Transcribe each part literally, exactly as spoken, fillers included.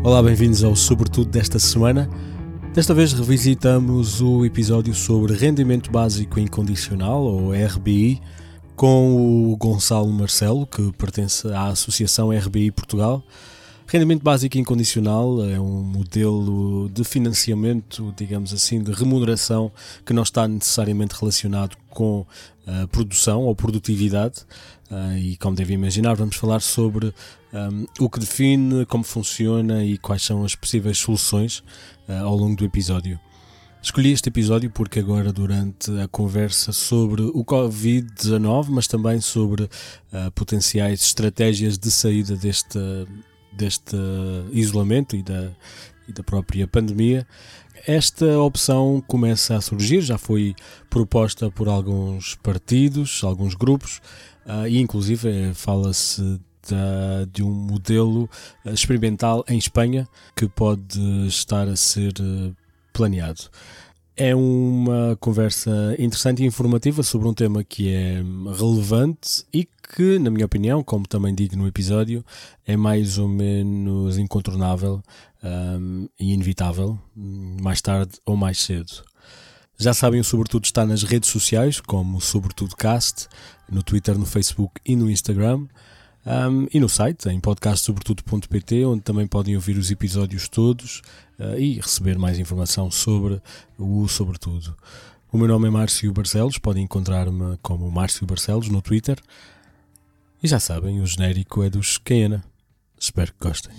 Olá, bem-vindos ao Sobretudo desta semana. Desta vez revisitamos o episódio sobre Rendimento Básico Incondicional, ou R B I, com o Gonçalo Marcelo, que pertence à Associação R B I Portugal. Rendimento Básico Incondicional é um modelo de financiamento, digamos assim, de remuneração que não está necessariamente relacionado com a produção ou produtividade. Uh, e como devem imaginar, vamos falar sobre um, o que define, como funciona e quais são as possíveis soluções uh, ao longo do episódio. Escolhi este episódio porque agora, durante a conversa sobre o covid dezanove, mas também sobre uh, potenciais estratégias de saída deste, deste isolamento e da, e da própria pandemia, esta opção começa a surgir, já foi proposta por alguns partidos, alguns grupos, Uh, e inclusive fala-se de, de um modelo experimental em Espanha que pode estar a ser uh, planeado. É uma conversa interessante e informativa sobre um tema que é relevante e que, na minha opinião, como também digo no episódio, é mais ou menos incontornável um, e inevitável, mais tarde ou mais cedo. Já sabem, o Sobretudo está nas redes sociais, como o SobretudоCast, no Twitter, no Facebook e no Instagram, um, e no site, em podcast sobretudo ponto pt, onde também podem ouvir os episódios todos uh, e receber mais informação sobre o Sobretudo. O meu nome é Márcio Barcelos, podem encontrar-me como Márcio Barcelos no Twitter. E já sabem, o genérico é dos Queena. Espero que gostem.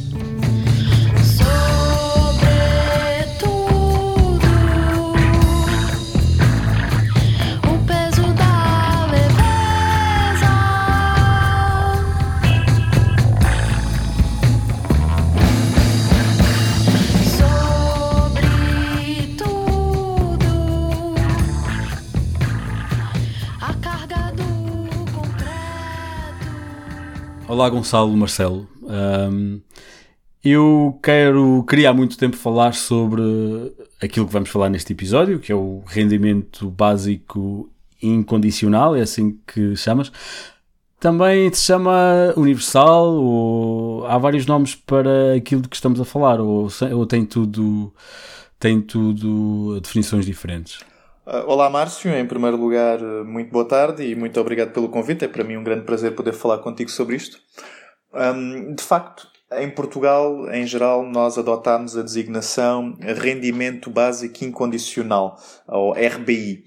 Olá, Gonçalo Marcelo. Um, eu quero, queria há muito tempo falar sobre aquilo que vamos falar neste episódio, que é o rendimento básico incondicional, é assim que chamas. Também se chama universal, ou há vários nomes para aquilo de que estamos a falar, ou, ou tem tudo, tem tudo definições diferentes. Olá, Márcio. Em primeiro lugar, muito boa tarde e muito obrigado pelo convite. É para mim um grande prazer poder falar contigo sobre isto. Um, de facto, em Portugal, em geral, nós adotámos a designação Rendimento Básico Incondicional, ou R B I.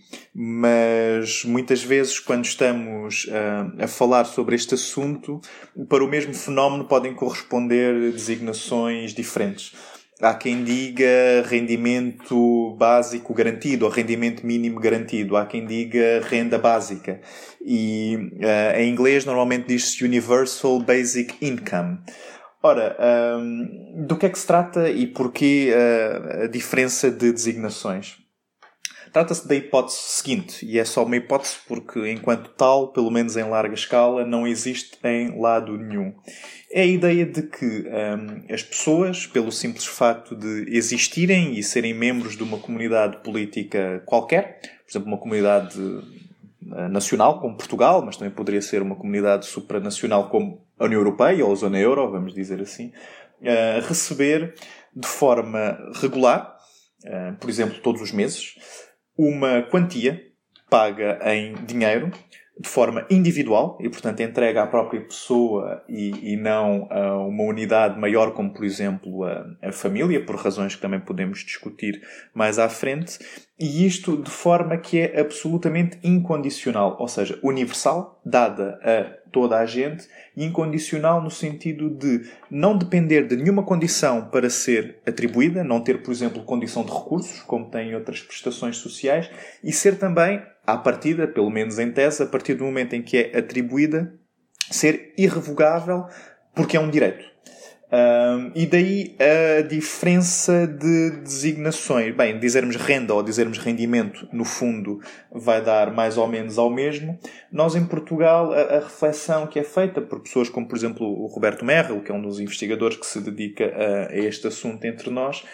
Mas muitas vezes, quando estamos uh, a falar sobre este assunto, para o mesmo fenómeno podem corresponder designações diferentes. Há quem diga rendimento básico garantido ou rendimento mínimo garantido. Há quem diga renda básica. E uh, em inglês normalmente diz-se Universal Basic Income. Ora, um, do que é que se trata e porquê uh, a diferença de designações? Trata-se da hipótese seguinte, e é só uma hipótese porque, enquanto tal, pelo menos em larga escala, não existe em lado nenhum. É a ideia de que um, as pessoas, pelo simples facto de existirem e serem membros de uma comunidade política qualquer, por exemplo, uma comunidade uh, nacional como Portugal, mas também poderia ser uma comunidade supranacional como a União Europeia ou a Zona Euro, vamos dizer assim, uh, receber de forma regular, uh, por exemplo, todos os meses, uma quantia paga em dinheiro de forma individual e, portanto, entrega à própria pessoa e, e não a uma unidade maior, como, por exemplo, a, a família, por razões que também podemos discutir mais à frente, e isto de forma que é absolutamente incondicional, ou seja, universal, dada a toda a gente, e incondicional no sentido de não depender de nenhuma condição para ser atribuída, não ter, por exemplo, condição de recursos, como tem outras prestações sociais, e ser também, à partida, pelo menos em tese, a partir do momento em que é atribuída, ser irrevogável, porque é um direito. Um, e daí a diferença de designações. Bem, dizermos renda ou dizermos rendimento, no fundo, vai dar mais ou menos ao mesmo. Nós, em Portugal, a, a reflexão que é feita por pessoas como, por exemplo, o Roberto Merrill, que é um dos investigadores que se dedica a, a este assunto entre nós,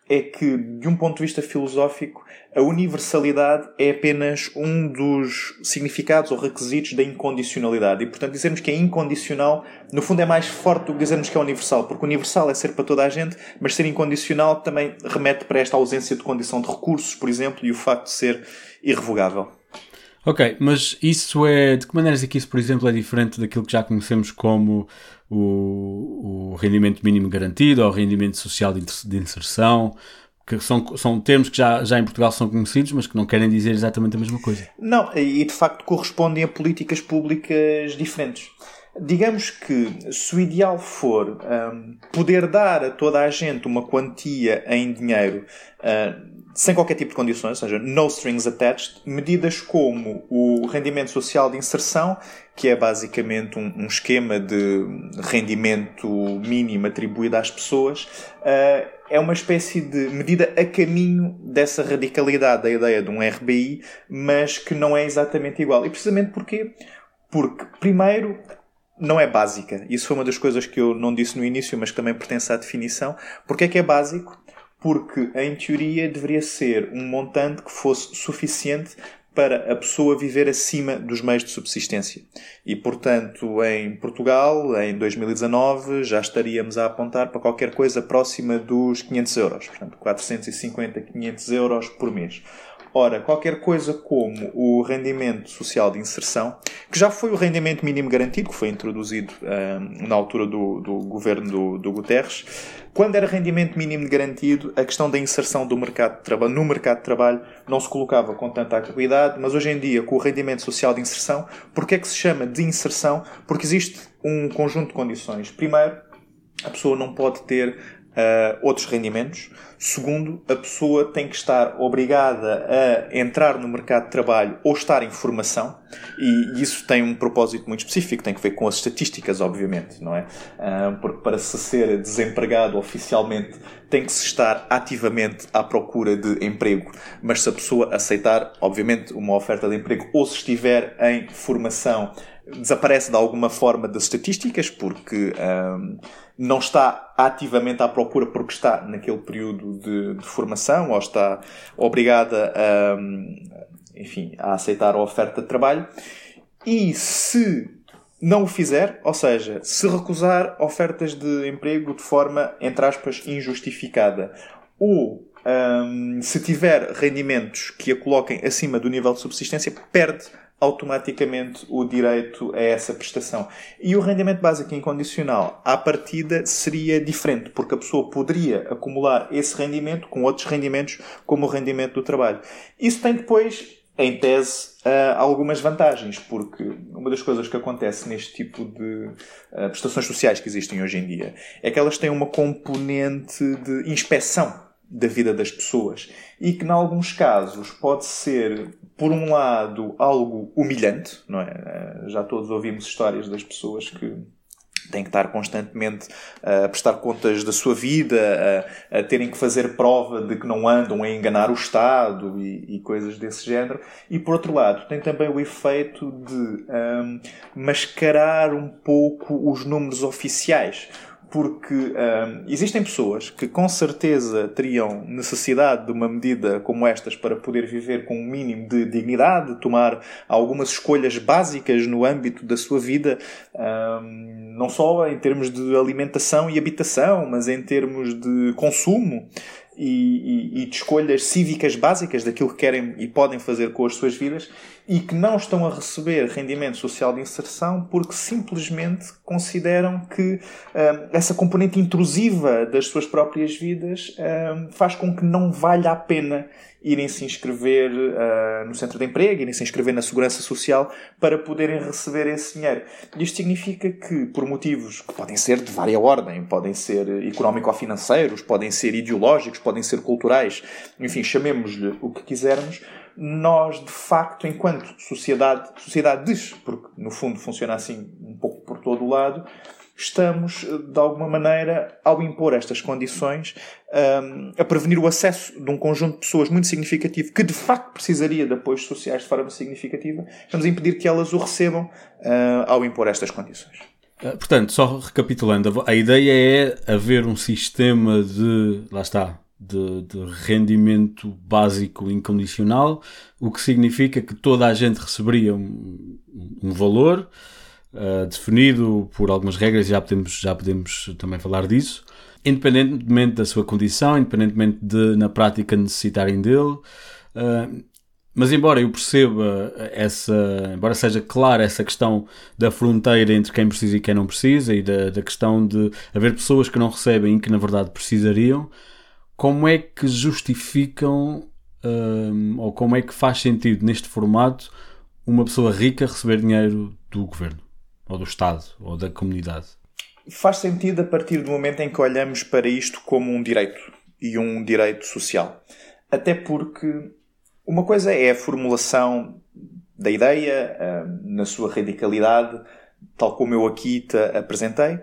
é que, de um ponto de vista filosófico, a universalidade é apenas um dos significados ou requisitos da incondicionalidade. E, portanto, dizermos que é incondicional, no fundo, é mais forte do que dizermos que é universal. Porque universal é ser para toda a gente, mas ser incondicional também remete para esta ausência de condição de recursos, por exemplo, e o facto de ser irrevogável. Ok, mas isso é... De que maneiras é que isso, por exemplo, é diferente daquilo que já conhecemos como o, o rendimento mínimo garantido ou o rendimento social de inserção, que são, são termos que já, já em Portugal são conhecidos, mas que não querem dizer exatamente a mesma coisa? Não, e de facto correspondem a políticas públicas diferentes. Digamos que se o ideal for um, poder dar a toda a gente uma quantia em dinheiro uh, sem qualquer tipo de condições, ou seja, no strings attached, medidas como o rendimento social de inserção, que é basicamente um, um esquema de rendimento mínimo atribuído às pessoas, uh, é uma espécie de medida a caminho dessa radicalidade da ideia de um R B I, mas que não é exatamente igual. E precisamente porquê? Porque, primeiro, não é básica. Isso foi uma das coisas que eu não disse no início, mas que também pertence à definição. Porquê é que é básico? Porque, em teoria, deveria ser um montante que fosse suficiente para a pessoa viver acima dos meios de subsistência. E, portanto, em Portugal, em dois mil e dezanove, já estaríamos a apontar para qualquer coisa próxima dos quinhentos euros. Portanto, quatrocentos e cinquenta, quinhentos euros por mês. Ora, qualquer coisa como o rendimento social de inserção, que já foi o rendimento mínimo garantido, que foi introduzido uh, na altura do, do governo do, do Guterres, quando era rendimento mínimo garantido, a questão da inserção do mercado de trabalho, no mercado de trabalho não se colocava com tanta acuidade, mas hoje em dia, com o rendimento social de inserção, porquê é que se chama de inserção? Porque existe um conjunto de condições. Primeiro, a pessoa não pode ter Uh, outros rendimentos. Segundo, a pessoa tem que estar obrigada a entrar no mercado de trabalho ou estar em formação, e isso tem um propósito muito específico, tem que ver com as estatísticas, obviamente, não é? Uh, porque para se ser desempregado oficialmente tem que se estar ativamente à procura de emprego, mas se a pessoa aceitar, obviamente, uma oferta de emprego ou se estiver em formação, desaparece de alguma forma das estatísticas, porque um, não está ativamente à procura porque está naquele período de, de formação ou está obrigada a, enfim, a aceitar a oferta de trabalho. E se não o fizer, ou seja, se recusar ofertas de emprego de forma, entre aspas, injustificada, ou um, se tiver rendimentos que a coloquem acima do nível de subsistência, perde automaticamente o direito a essa prestação. E o rendimento básico incondicional, à partida, seria diferente, porque a pessoa poderia acumular esse rendimento com outros rendimentos, como o rendimento do trabalho. Isso tem depois, em tese, algumas vantagens, porque uma das coisas que acontece neste tipo de prestações sociais que existem hoje em dia é que elas têm uma componente de inspeção da vida das pessoas e que, em alguns casos, pode ser, por um lado, algo humilhante, não é? Já todos ouvimos histórias das pessoas que têm que estar constantemente a prestar contas da sua vida, a, a terem que fazer prova de que não andam a enganar o Estado e, e coisas desse género. E, por outro lado, tem também o efeito de um, mascarar um pouco os números oficiais. Porque um, existem pessoas que com certeza teriam necessidade de uma medida como estas para poder viver com um mínimo de dignidade, tomar algumas escolhas básicas no âmbito da sua vida, um, não só em termos de alimentação e habitação, mas em termos de consumo e, e, e de escolhas cívicas básicas daquilo que querem e podem fazer com as suas vidas, e que não estão a receber rendimento social de inserção porque simplesmente consideram que um, essa componente intrusiva das suas próprias vidas um, faz com que não valha a pena irem se inscrever uh, no centro de emprego, irem se inscrever na segurança social para poderem receber esse dinheiro. Isto significa que, por motivos que podem ser de vária ordem, podem ser económico-financeiros, podem ser ideológicos, podem ser culturais, enfim, chamemos-lhe o que quisermos, nós, de facto, enquanto sociedade, sociedades, porque no fundo funciona assim um pouco por todo o lado, estamos, de alguma maneira, ao impor estas condições, um, a prevenir o acesso de um conjunto de pessoas muito significativo, que de facto precisaria de apoios sociais de forma significativa, estamos a impedir que elas o recebam uh, ao impor estas condições. Portanto, só recapitulando, a ideia é haver um sistema de, lá está, de, de rendimento básico incondicional, o que significa que toda a gente receberia um, um valor uh, definido por algumas regras, já podemos, já podemos também falar disso, independentemente da sua condição, independentemente de, na prática, necessitarem dele. Uh, mas embora eu perceba essa, embora seja clara essa questão da fronteira entre quem precisa e quem não precisa, e da, da questão de haver pessoas que não recebem e que na verdade precisariam, como é que justificam, um, ou como é que faz sentido neste formato uma pessoa rica receber dinheiro do governo, ou do Estado, ou da comunidade? Faz sentido a partir do momento em que olhamos para isto como um direito, e um direito social. Até porque uma coisa é a formulação da ideia, na sua radicalidade, tal como eu aqui te apresentei,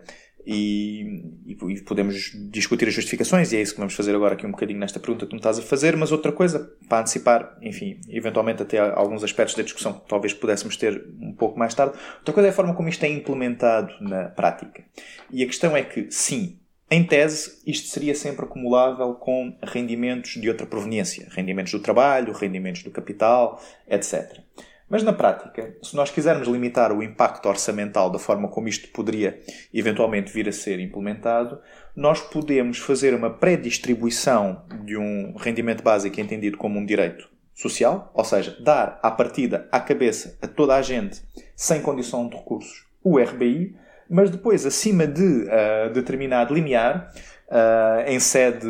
e, e podemos discutir as justificações, e é isso que vamos fazer agora aqui um bocadinho nesta pergunta que tu me estás a fazer, mas outra coisa, para antecipar, enfim, eventualmente até alguns aspectos da discussão que talvez pudéssemos ter um pouco mais tarde, outra coisa é a forma como isto é implementado na prática. E a questão é que, sim, em tese, isto seria sempre acumulável com rendimentos de outra proveniência. Rendimentos do trabalho, rendimentos do capital, etcétera. Mas na prática, se nós quisermos limitar o impacto orçamental da forma como isto poderia eventualmente vir a ser implementado, nós podemos fazer uma pré-distribuição de um rendimento básico entendido como um direito social, ou seja, dar à partida, à cabeça, a toda a gente, sem condição de recursos, o R B I, mas depois, acima de uh, determinado limiar, uh, em sede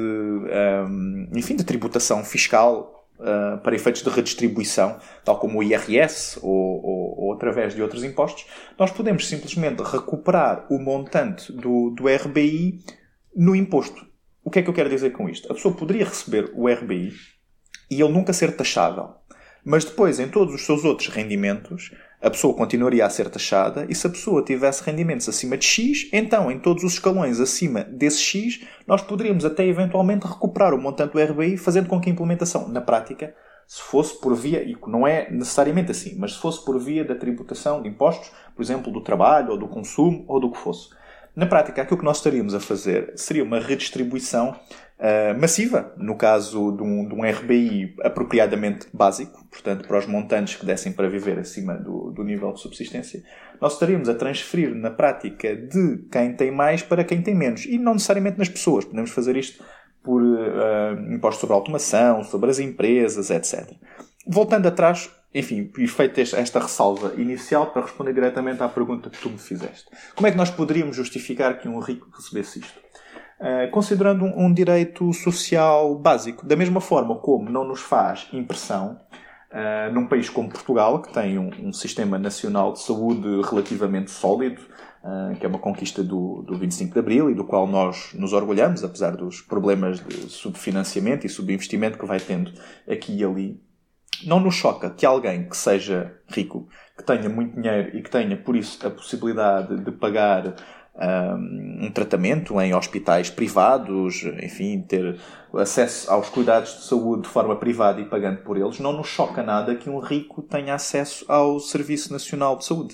um, enfim, de tributação fiscal uh, para efeitos de redistribuição, tal como o I R S ou, ou, ou através de outros impostos, nós podemos simplesmente recuperar o montante do, do R B I no imposto. O que é que eu quero dizer com isto? A pessoa poderia receber o R B I e ele nunca ser taxável. Mas depois, em todos os seus outros rendimentos, a pessoa continuaria a ser taxada, e se a pessoa tivesse rendimentos acima de X, então, em todos os escalões acima desse X, nós poderíamos até eventualmente recuperar o montante do R B I, fazendo com que a implementação, na prática, se fosse por via, e não é necessariamente assim, mas se fosse por via da tributação de impostos, por exemplo, do trabalho, ou do consumo, ou do que fosse. Na prática, aquilo que nós estaríamos a fazer seria uma redistribuição Uh, massiva, no caso de um, de um R B I apropriadamente básico, portanto, para os montantes que dessem para viver acima do, do nível de subsistência, nós estaríamos a transferir na prática de quem tem mais para quem tem menos, e não necessariamente nas pessoas. Podemos fazer isto por uh, impostos sobre a automação, sobre as empresas, etcétera. Voltando atrás, enfim, e feita esta ressalva inicial, para responder diretamente à pergunta que tu me fizeste. Como é que nós poderíamos justificar que um rico recebesse isto? Uh, considerando um, um direito social básico. Da mesma forma como não nos faz impressão, uh, num país como Portugal, que tem um, um sistema nacional de saúde relativamente sólido, uh, que é uma conquista do, do vinte e cinco de Abril e do qual nós nos orgulhamos, apesar dos problemas de subfinanciamento e subinvestimento que vai tendo aqui e ali. Não nos choca que alguém que seja rico, que tenha muito dinheiro e que tenha, por isso, a possibilidade de pagar um tratamento em hospitais privados, enfim, ter acesso aos cuidados de saúde de forma privada e pagando por eles, não nos choca nada que um rico tenha acesso ao Serviço Nacional de Saúde.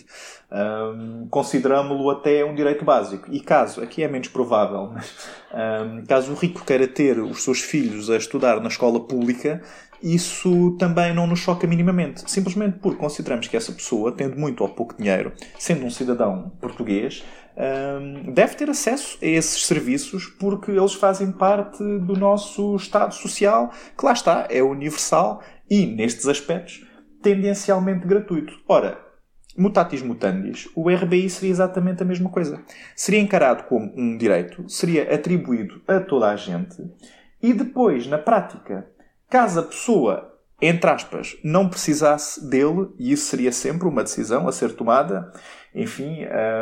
Um, consideramo-lo até um direito básico. E caso, aqui é menos provável, mas um, caso o rico queira ter os seus filhos a estudar na escola pública, isso também não nos choca minimamente. Simplesmente porque consideramos que essa pessoa, tendo muito ou pouco dinheiro, sendo um cidadão português, deve ter acesso a esses serviços porque eles fazem parte do nosso Estado Social, que lá está, é universal e, nestes aspectos, tendencialmente gratuito. Ora, mutatis mutandis, o R B I seria exatamente a mesma coisa. Seria encarado como um direito, seria atribuído a toda a gente e depois, na prática, caso a pessoa, entre aspas, não precisasse dele, e isso seria sempre uma decisão a ser tomada, enfim,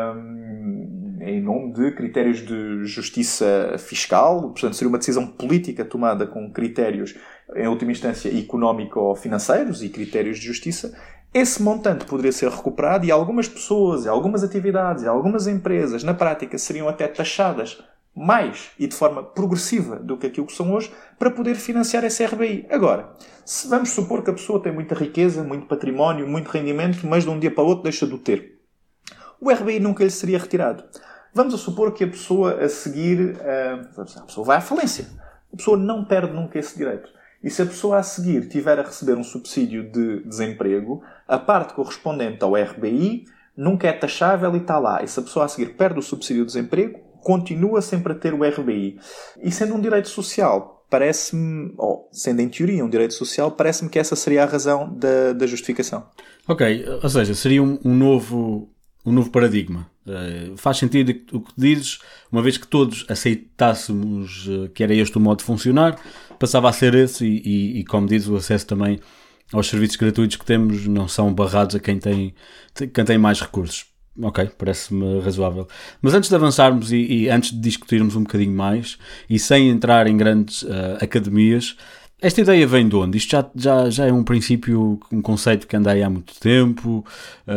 um, em nome de critérios de justiça fiscal, portanto seria uma decisão política tomada com critérios, em última instância, económico-financeiros e critérios de justiça, esse montante poderia ser recuperado e algumas pessoas, e algumas atividades, e algumas empresas, na prática, seriam até taxadas mais e de forma progressiva do que aquilo que são hoje, para poder financiar esse R B I. Agora, se vamos supor que a pessoa tem muita riqueza, muito património, muito rendimento, mas de um dia para o outro deixa de o ter, o R B I nunca lhe seria retirado. Vamos a supor que a pessoa a seguir, a pessoa vai à falência. a pessoa não perde nunca esse direito. E se a pessoa a seguir tiver a receber um subsídio de desemprego, a parte correspondente ao R B I nunca é taxável e está lá. E se a pessoa a seguir perde o subsídio de desemprego, continua sempre a ter o R B I. E sendo um direito social, parece-me, ou sendo em teoria um direito social, parece-me que essa seria a razão da, da justificação. Ok, ou seja, seria um, um novo... um novo paradigma. Uh, faz sentido o que dizes, uma vez que todos aceitássemos uh, que era este o modo de funcionar, passava a ser esse e, e, e, como diz, o acesso também aos serviços gratuitos que temos não são barrados a quem tem, quem tem mais recursos. Ok, parece-me razoável. Mas antes de avançarmos e, e antes de discutirmos um bocadinho mais, e sem entrar em grandes uh, academias, esta ideia vem de onde? Isto já, já, já é um princípio, um conceito que anda aí há muito tempo.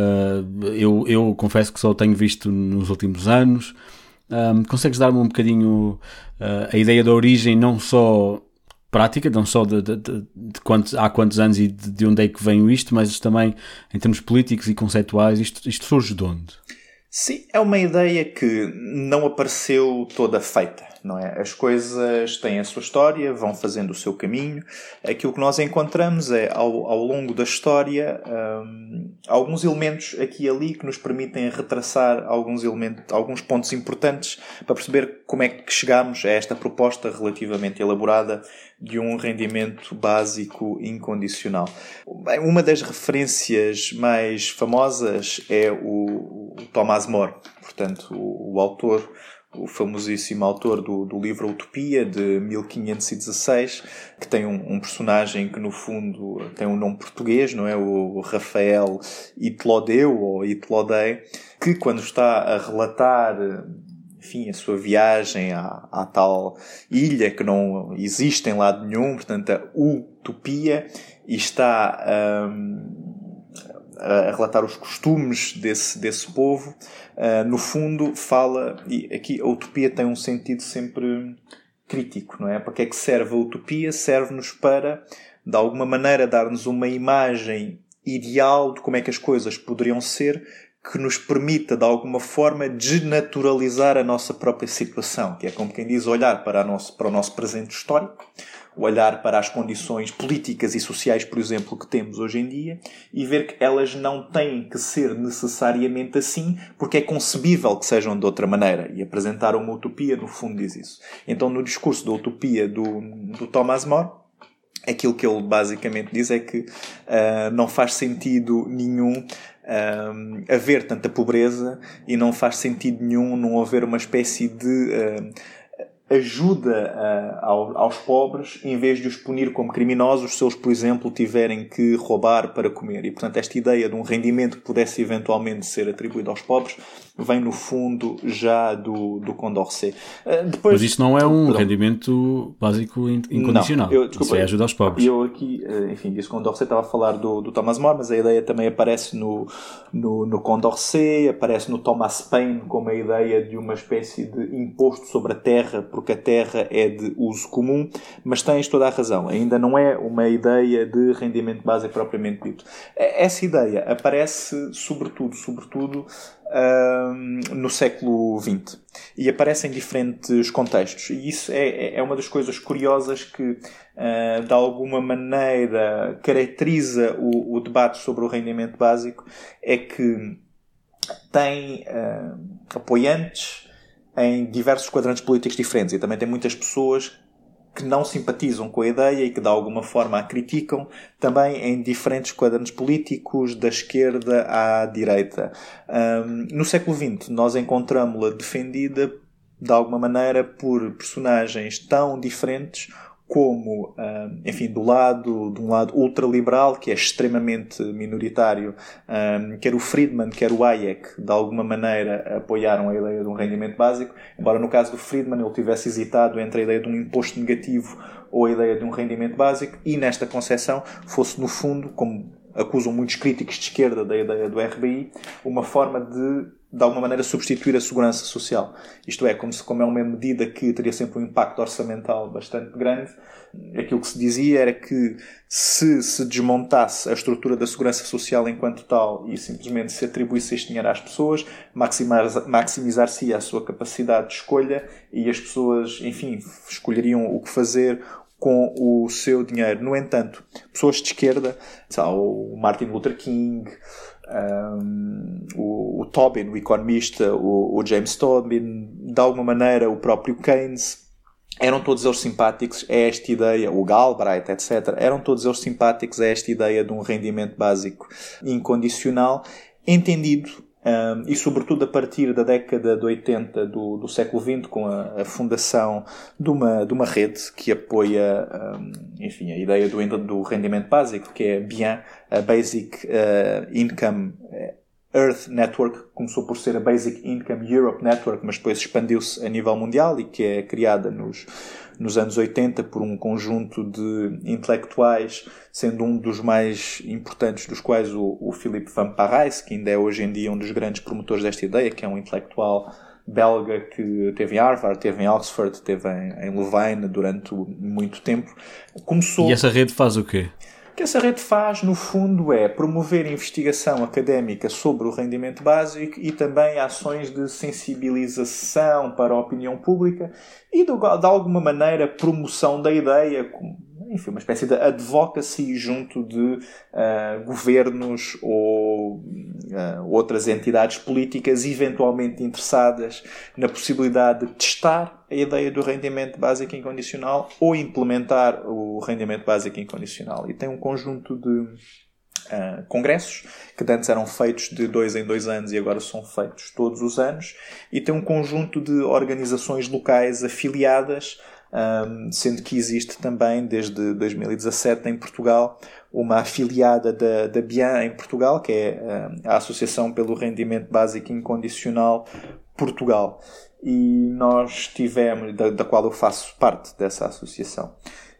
Uh, eu, eu confesso que só o tenho visto nos últimos anos. Um, consegues dar-me um bocadinho uh, a ideia da origem, não só prática, não só de, de, de, de quantos, há quantos anos e de, de onde é que vem isto, mas também em termos políticos e conceituais, isto, isto surge de onde? Sim, é uma ideia que não apareceu toda feita, não é? As coisas têm a sua história, vão fazendo o seu caminho. Aquilo que nós encontramos é, ao, ao longo da história, hum, alguns elementos aqui e ali que nos permitem retraçar alguns, elementos, alguns pontos importantes para perceber como é que chegamos a esta proposta relativamente elaborada de um rendimento básico incondicional. Uma das referências mais famosas é o, o Thomas More, portanto, o, o autor, o famosíssimo autor do, do livro Utopia, de mil quinhentos e dezasseis, que tem um, um personagem que, no fundo, tem um nome português, não é? O Rafael Itlodeu, ou Itlodei, que, quando está a relatar, enfim, a sua viagem à, à tal ilha que não existe em lado nenhum, portanto, a utopia, e está um, a relatar os costumes desse, desse povo, uh, no fundo fala, e aqui a utopia tem um sentido sempre crítico, não é? Para que é que serve a utopia? Serve-nos para, de alguma maneira, dar-nos uma imagem ideal de como é que as coisas poderiam ser, que nos permita, de alguma forma, desnaturalizar a nossa própria situação, que é como quem diz, olhar para, a nosso, para o nosso presente histórico, olhar para as condições políticas e sociais, por exemplo, que temos hoje em dia, e ver que elas não têm que ser necessariamente assim, porque é concebível que sejam de outra maneira. E apresentar uma utopia, no fundo, diz isso. Então, no discurso da utopia do, do Thomas More, aquilo que ele basicamente diz é que uh, não faz sentido nenhum Um, haver tanta pobreza, e não faz sentido nenhum não haver uma espécie de uh, ajuda uh, ao, aos pobres, em vez de os punir como criminosos se eles, por exemplo, tiverem que roubar para comer. E, portanto, esta ideia de um rendimento que pudesse eventualmente ser atribuído aos pobres vem, no fundo, já do, do Condorcet. Uh, depois... Mas isto não é um Perdão. rendimento básico incondicional. Não, eu, desculpa, isso é ajuda aos pobres. Eu aqui, enfim, disse Condorcet, estava a falar do, do Thomas More, mas a ideia também aparece no, no, no Condorcet, aparece no Thomas Paine como a ideia de uma espécie de imposto sobre a terra, porque a terra é de uso comum, mas tens toda a razão. Ainda não é uma ideia de rendimento básico propriamente dito. Essa ideia aparece, sobretudo, sobretudo, Um, no século vinte, e aparece em diferentes contextos, e isso é, é uma das coisas curiosas que uh, de alguma maneira caracteriza o, o debate sobre o rendimento básico, é que tem uh, apoiantes em diversos quadrantes políticos diferentes, e também tem muitas pessoas que não simpatizam com a ideia e que de alguma forma a criticam, também em diferentes quadrantes políticos, da esquerda à direita. Um, no século vinte nós encontramos-la defendida de alguma maneira por personagens tão diferentes como, enfim, do lado, de um lado ultraliberal, que é extremamente minoritário, quer o Friedman, quer o Hayek, de alguma maneira apoiaram a ideia de um rendimento básico, embora no caso do Friedman ele tivesse hesitado entre a ideia de um imposto negativo ou a ideia de um rendimento básico, e nesta concepção fosse, no fundo, como acusam muitos críticos de esquerda da ideia do R B I, uma forma de de alguma maneira substituir a segurança social. Isto é, como, se, como é uma medida que teria sempre um impacto orçamental bastante grande, aquilo que se dizia era que se se desmontasse a estrutura da segurança social enquanto tal e simplesmente se atribuísse este dinheiro às pessoas, maximizar, maximizar-se a sua capacidade de escolha e as pessoas, enfim, escolheriam o que fazer com o seu dinheiro. No entanto, pessoas de esquerda, sabe, o Martin Luther King, um, o, o Tobin, o economista, o, o James Tobin, de alguma maneira o próprio Keynes, eram todos eles simpáticos a esta ideia, o Galbraith, etcétera, eram todos eles simpáticos a esta ideia de um rendimento básico incondicional, entendido, um, e sobretudo a partir da década de oitenta do, do século vinte, com a, a fundação de uma, de uma rede que apoia, um, enfim, a ideia do, do rendimento básico, que é BIAN, a Basic uh, Income Earth Network, começou por ser a Basic Income Europe Network, mas depois expandiu-se a nível mundial e que é criada nos, nos anos oitenta por um conjunto de intelectuais, sendo um dos mais importantes dos quais o, o Philippe Van Parijs, que ainda é hoje em dia um dos grandes promotores desta ideia, que é um intelectual belga que teve em Harvard, teve em Oxford, teve em, em Louvain durante muito tempo. Começou... E essa rede faz o quê? O que essa rede faz, no fundo, é promover investigação académica sobre o rendimento básico e também ações de sensibilização para a opinião pública e, de, de alguma maneira, promoção da ideia, como, enfim, uma espécie de advocacy junto de uh, governos ou uh, outras entidades políticas eventualmente interessadas na possibilidade de testar a ideia do rendimento básico incondicional ou implementar o rendimento básico incondicional. E tem um conjunto de uh, congressos que antes eram feitos de dois em dois anos e agora são feitos todos os anos, e tem um conjunto de organizações locais afiliadas, um, sendo que existe também desde dois mil e dezassete em Portugal uma afiliada da, da BIAN em Portugal, que é uh, a Associação pelo Rendimento Básico Incondicional Portugal. E nós tivemos, da, da qual eu faço parte dessa associação,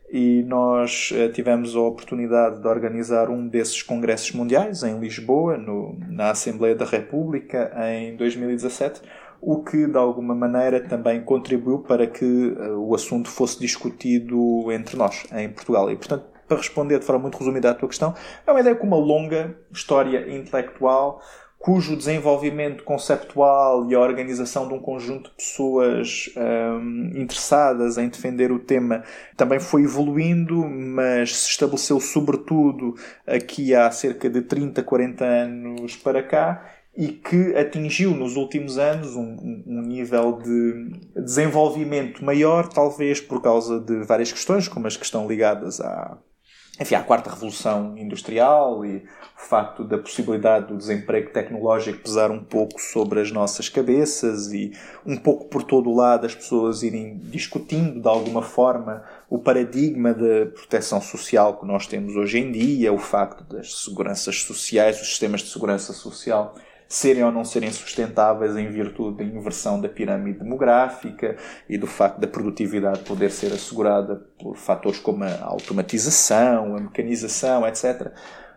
e nós uh, tivemos a oportunidade de organizar um desses congressos mundiais em Lisboa, no, na Assembleia da República, em dois mil e dezassete, o que de alguma maneira também contribuiu para que uh, o assunto fosse discutido entre nós, em Portugal. E, portanto, para responder de forma muito resumida à tua questão, é uma ideia com uma longa história intelectual, cujo desenvolvimento conceptual e a organização de um conjunto de pessoas um, interessadas em defender o tema também foi evoluindo, mas se estabeleceu sobretudo aqui há cerca de trinta, quarenta anos para cá, e que atingiu nos últimos anos um, um nível de desenvolvimento maior, talvez por causa de várias questões, como as que estão ligadas à Enfim, a quarta revolução industrial e o facto da possibilidade do desemprego tecnológico pesar um pouco sobre as nossas cabeças e um pouco por todo o lado as pessoas irem discutindo de alguma forma o paradigma da proteção social que nós temos hoje em dia, o facto das seguranças sociais, os sistemas de segurança social serem ou não serem sustentáveis em virtude da inversão da pirâmide demográfica e do facto da produtividade poder ser assegurada por fatores como a automatização, a mecanização, etcétera.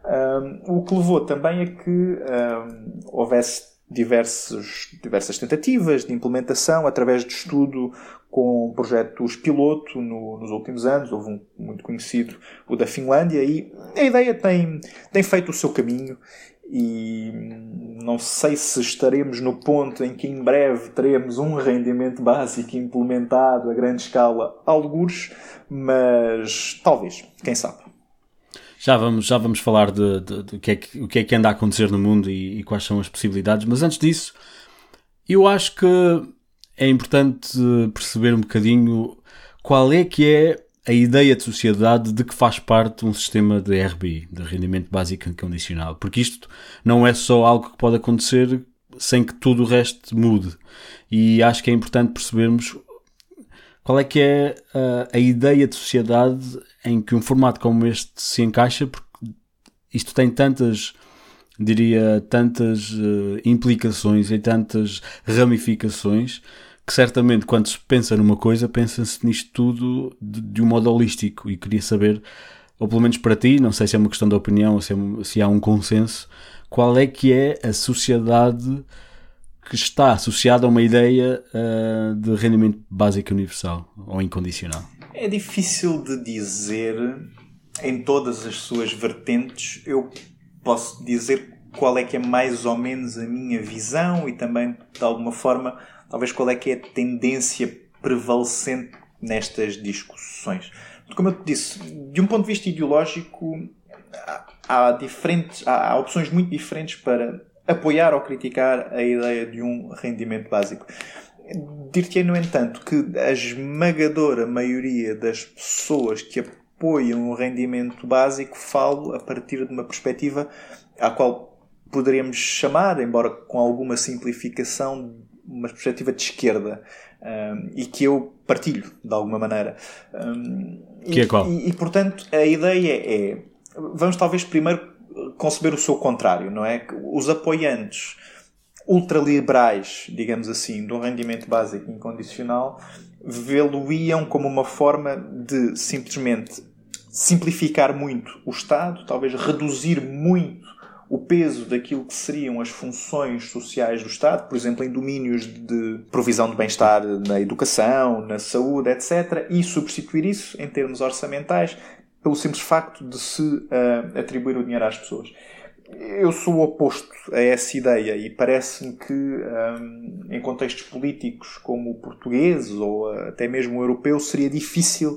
Um, o que levou também a que um, houvesse diversos, diversas tentativas de implementação através de estudo com projetos piloto no, nos últimos anos. Houve um muito conhecido, o da Finlândia, e a ideia tem, tem feito o seu caminho. E não sei se estaremos no ponto em que em breve teremos um rendimento básico implementado a grande escala, algures, mas talvez, quem sabe. Já vamos, já vamos falar de, de, de, de que é que, o que é que anda a acontecer no mundo e, e quais são as possibilidades, mas antes disso, eu acho que é importante perceber um bocadinho qual é que é a ideia de sociedade de que faz parte um sistema de R B I, de rendimento básico incondicional, porque isto não é só algo que pode acontecer sem que tudo o resto mude, e acho que é importante percebermos qual é que é a, a ideia de sociedade em que um formato como este se encaixa, porque isto tem tantas, diria, tantas uh, implicações e tantas ramificações, que certamente quando se pensa numa coisa, pensa-se nisto tudo de, de um modo holístico, e queria saber, ou pelo menos para ti, não sei se é uma questão de opinião ou se, é, se há um consenso, qual é que é a sociedade que está associado a uma ideia uh, de rendimento básico universal ou incondicional? É difícil de dizer em todas as suas vertentes. Eu posso dizer qual é que é mais ou menos a minha visão e também, de alguma forma, talvez qual é que é a tendência prevalecente nestas discussões. Como eu te disse, de um ponto de vista ideológico, há, há, diferentes, há, há opções muito diferentes para apoiar ou criticar a ideia de um rendimento básico. Dir-te-ei, no entanto, que a esmagadora maioria das pessoas que apoiam o rendimento básico falo a partir de uma perspectiva à qual poderíamos chamar, embora com alguma simplificação, uma perspectiva de esquerda, um, e que eu partilho de alguma maneira. Um, que é qual? E, e, portanto, a ideia é... Vamos talvez primeiro conceber o seu contrário, não é? Os apoiantes ultraliberais, digamos assim, do rendimento básico incondicional, vê-lo-iam como uma forma de simplesmente simplificar muito o Estado, talvez reduzir muito o peso daquilo que seriam as funções sociais do Estado, por exemplo, em domínios de provisão de bem-estar na educação, na saúde, etcétera, e substituir isso, em termos orçamentais, pelo simples facto de se uh, atribuir o dinheiro às pessoas. Eu sou oposto a essa ideia e parece-me que, um, em contextos políticos como o português ou até mesmo o europeu, seria difícil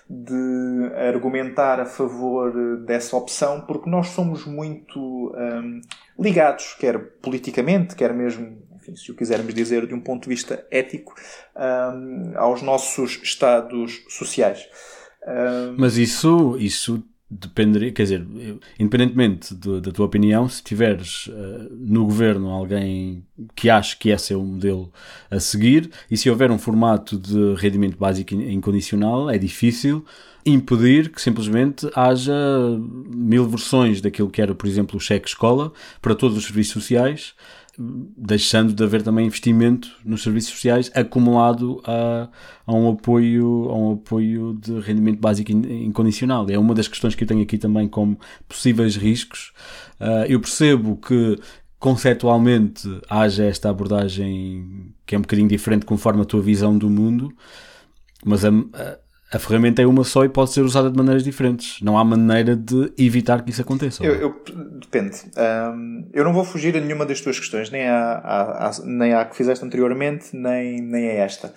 de argumentar a favor dessa opção, porque nós somos muito um, ligados, quer politicamente, quer mesmo, enfim, se o quisermos dizer, de um ponto de vista ético, um, aos nossos estados sociais. Um... Mas isso, isso dependeria, quer dizer, independentemente de, da tua opinião, se tiveres uh, no governo alguém que ache que esse é o modelo a seguir, e se houver um formato de rendimento básico incondicional, é difícil impedir que simplesmente haja mil versões daquilo que era, por exemplo, o cheque escola para todos os serviços sociais, deixando de haver também investimento nos serviços sociais acumulado a, a, um, apoio, a um apoio de rendimento básico incondicional. É uma das questões que eu tenho aqui também como possíveis riscos. Uh, eu percebo que conceptualmente haja esta abordagem que é um bocadinho diferente conforme a tua visão do mundo, mas a, a A ferramenta é uma só e pode ser usada de maneiras diferentes. Não há maneira de evitar que isso aconteça. Eu, eu, depende. Um, eu não vou fugir a nenhuma das tuas questões, nem à, à, à, nem à que fizeste anteriormente, nem, nem a esta.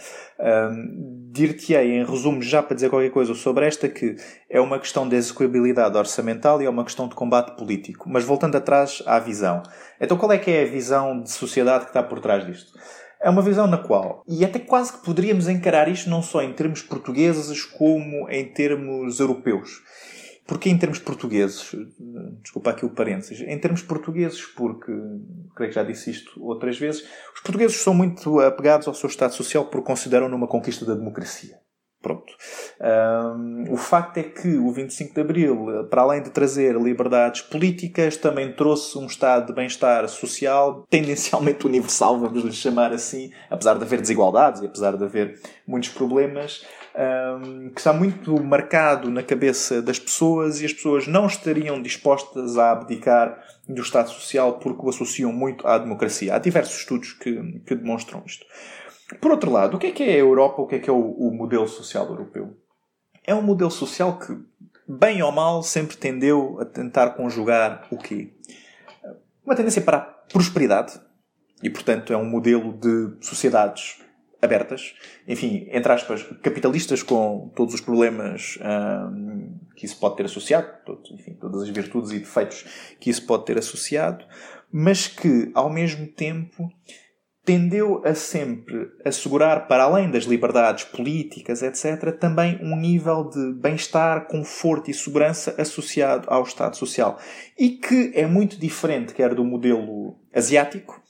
Um, dir-te-ei, em resumo, já para dizer qualquer coisa sobre esta, que é uma questão de execuibilidade orçamental e é uma questão de combate político. Mas voltando atrás à visão. Então qual é que é a visão de sociedade que está por trás disto? É uma visão na qual, e até quase que poderíamos encarar isto não só em termos portugueses como em termos europeus. Porquê em termos portugueses? Desculpa aqui o parênteses. Em termos portugueses, porque, creio que já disse isto outras vezes, os portugueses são muito apegados ao seu Estado Social porque consideram-no uma conquista da democracia. Pronto. Um, o facto é que o vinte e cinco de Abril, para além de trazer liberdades políticas, também trouxe um estado de bem-estar social tendencialmente universal, vamos lhe chamar assim, apesar de haver desigualdades e apesar de haver muitos problemas, um, que está muito marcado na cabeça das pessoas e as pessoas não estariam dispostas a abdicar do Estado Social porque o associam muito à democracia. Há diversos estudos que, que demonstram isto. Por outro lado, o que é que é a Europa? O que é que é o, o modelo social europeu? É um modelo social que, bem ou mal, sempre tendeu a tentar conjugar o quê? Uma tendência para a prosperidade, e, portanto, é um modelo de sociedades abertas, enfim, entre aspas, capitalistas, com todos os problemas hum, que isso pode ter associado, todos, enfim, todas as virtudes e defeitos que isso pode ter associado, mas que, ao mesmo tempo, tendeu a sempre assegurar, para além das liberdades políticas, etcétera, também um nível de bem-estar, conforto e segurança associado ao Estado Social. E que é muito diferente, quer do modelo asiático,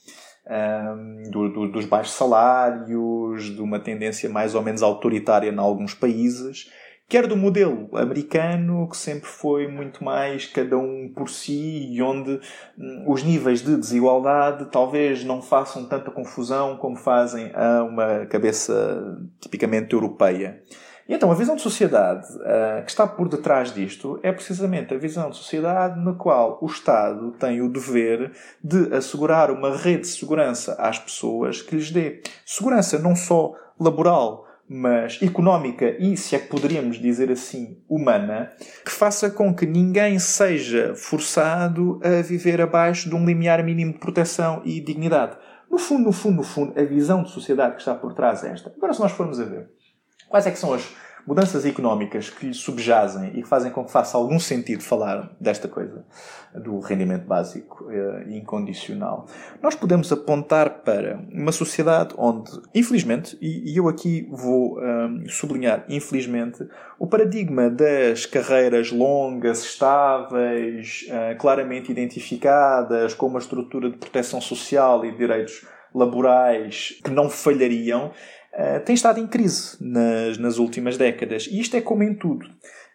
um, do, do, dos baixos salários, de uma tendência mais ou menos autoritária em alguns países, quer do modelo americano, que sempre foi muito mais cada um por si e onde hum, os níveis de desigualdade talvez não façam tanta confusão como fazem a uma cabeça tipicamente europeia. E E então a visão de sociedade uh, que está por detrás disto é precisamente a visão de sociedade na qual o Estado tem o dever de assegurar uma rede de segurança às pessoas que lhes dê segurança não só laboral, mas económica e, se é que poderíamos dizer assim, humana, que faça com que ninguém seja forçado a viver abaixo de um limiar mínimo de proteção e dignidade. No fundo, no fundo, no fundo, a visão de sociedade que está por trás é esta. Agora, se nós formos a ver quais é que são as mudanças económicas que lhe subjazem e que fazem com que faça algum sentido falar desta coisa, do rendimento básico e incondicional, nós podemos apontar para uma sociedade onde, infelizmente, e eu aqui vou um, sublinhar, infelizmente, o paradigma das carreiras longas, estáveis, uh, claramente identificadas, com uma estrutura de proteção social e de direitos laborais que não falhariam, Uh, tem estado em crise nas, nas últimas décadas. E isto é como em tudo.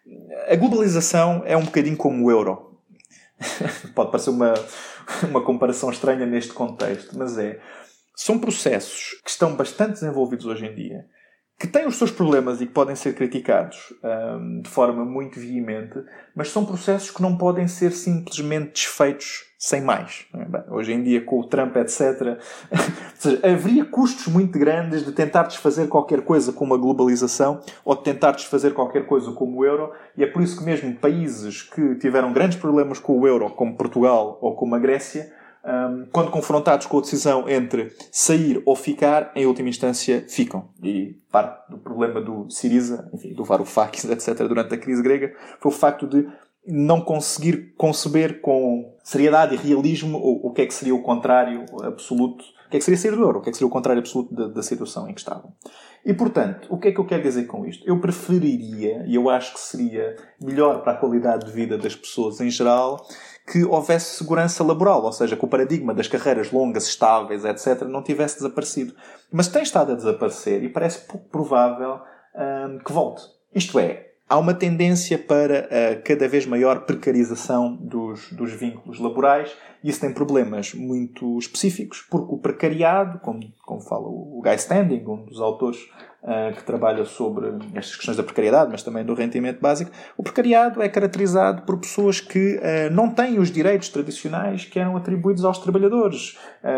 A globalização é um bocadinho como o euro. Pode parecer uma, uma comparação estranha neste contexto, mas é. São processos que estão bastante desenvolvidos hoje em dia, que têm os seus problemas e que podem ser criticados um, de forma muito veemente, mas são processos que não podem ser simplesmente desfeitos sem mais. Bem, hoje em dia, com o Trump, etcétera, ou seja, haveria custos muito grandes de tentar desfazer qualquer coisa como a globalização ou de tentar desfazer qualquer coisa como o euro, e é por isso que mesmo países que tiveram grandes problemas com o euro, como Portugal ou como a Grécia, Um, quando confrontados com a decisão entre sair ou ficar, em última instância ficam. E parte do problema do Syriza, enfim, do Varoufakis, etcétera, durante a crise grega, foi o facto de não conseguir conceber com seriedade e realismo o, o que é que seria o contrário absoluto, o que é que seria sair do euro, o que é que seria o contrário absoluto da, da situação em que estavam. E, portanto, o que é que eu quero dizer com isto? Eu preferiria, e eu acho que seria melhor para a qualidade de vida das pessoas em geral, que houvesse segurança laboral, ou seja, que o paradigma das carreiras longas, estáveis, etcétera, não tivesse desaparecido. Mas tem estado a desaparecer e parece pouco provável hum, que volte. Isto é, há uma tendência para a cada vez maior precarização dos, dos vínculos laborais e isso tem problemas muito específicos, porque o precariado, como, como fala o Guy Standing, um dos autores uh, que trabalha sobre estas questões da precariedade, mas também do rendimento básico, o precariado é caracterizado por pessoas que uh, não têm os direitos tradicionais que eram atribuídos aos trabalhadores.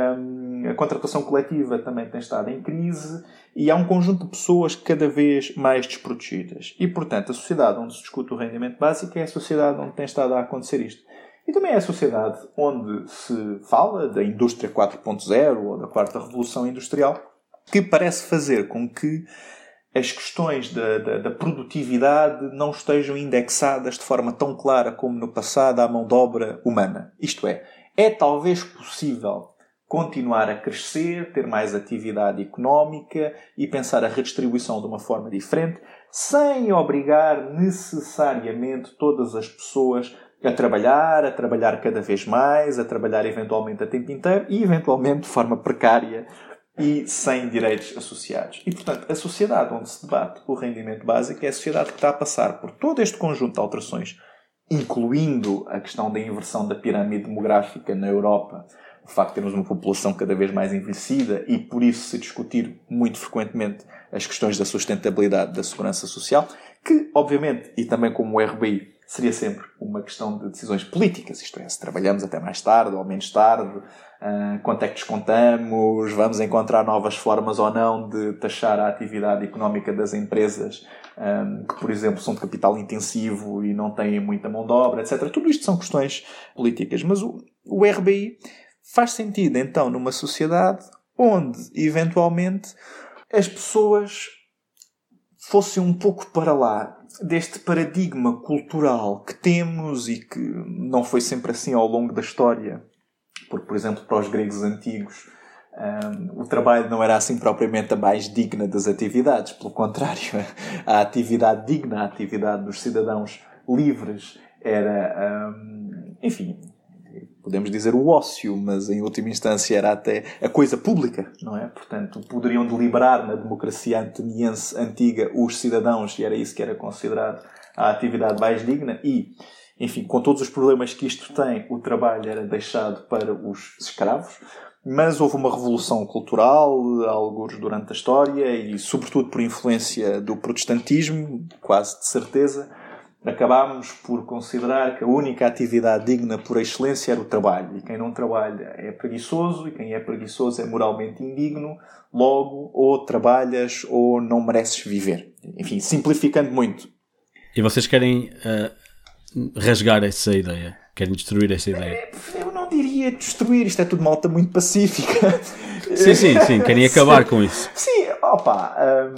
Um, a contratação coletiva também tem estado em crise e há um conjunto de pessoas cada vez mais desprotegidas. E, portanto, a sociedade onde se discute o rendimento básico é a sociedade onde tem estado a acontecer isto. E também é a sociedade onde se fala da indústria quatro ponto zero ou da quarta revolução industrial, que parece fazer com que as questões da, da, da produtividade não estejam indexadas de forma tão clara como no passado à mão de obra humana. Isto é, é talvez possível continuar a crescer, ter mais atividade económica e pensar a redistribuição de uma forma diferente, sem obrigar necessariamente todas as pessoas a trabalhar, a trabalhar cada vez mais, a trabalhar eventualmente a tempo inteiro e eventualmente de forma precária e sem direitos associados. E, portanto, a sociedade onde se debate o rendimento básico é a sociedade que está a passar por todo este conjunto de alterações, incluindo a questão da inversão da pirâmide demográfica na Europa, o facto de termos uma população cada vez mais envelhecida e, por isso, se discutir muito frequentemente as questões da sustentabilidade da segurança social, que, obviamente, e também como o R B I, seria sempre uma questão de decisões políticas, isto é, se trabalhamos até mais tarde ou menos tarde, uh, quanto é que descontamos, vamos encontrar novas formas ou não de taxar a atividade económica das empresas um, que, por exemplo, são de capital intensivo e não têm muita mão de obra, etcétera. Tudo isto são questões políticas, mas o, o R B I faz sentido, então, numa sociedade onde, eventualmente, as pessoas fossem um pouco para lá deste paradigma cultural que temos e que não foi sempre assim ao longo da história. Porque, por exemplo, para os gregos antigos, um, o trabalho não era assim propriamente a mais digna das atividades. Pelo contrário, a atividade digna, a atividade dos cidadãos livres era, um, enfim, podemos dizer o ócio, mas em última instância era até a coisa pública, não é? Portanto, poderiam deliberar na democracia ateniense antiga os cidadãos e era isso que era considerado a atividade mais digna e, enfim, com todos os problemas que isto tem, o trabalho era deixado para os escravos mas houve uma revolução cultural, alguns durante a história, e sobretudo por influência do protestantismo, quase de certeza, acabámos por considerar que a única atividade digna por excelência era o trabalho. E quem não trabalha é preguiçoso, e quem é preguiçoso é moralmente indigno, logo ou trabalhas ou não mereces viver. Enfim, simplificando muito. E vocês querem uh, rasgar essa ideia? Querem destruir essa ideia? Eu não diria destruir, isto é tudo malta muito pacífica. Sim, sim, sim, querem acabar com isso. Sim, opa,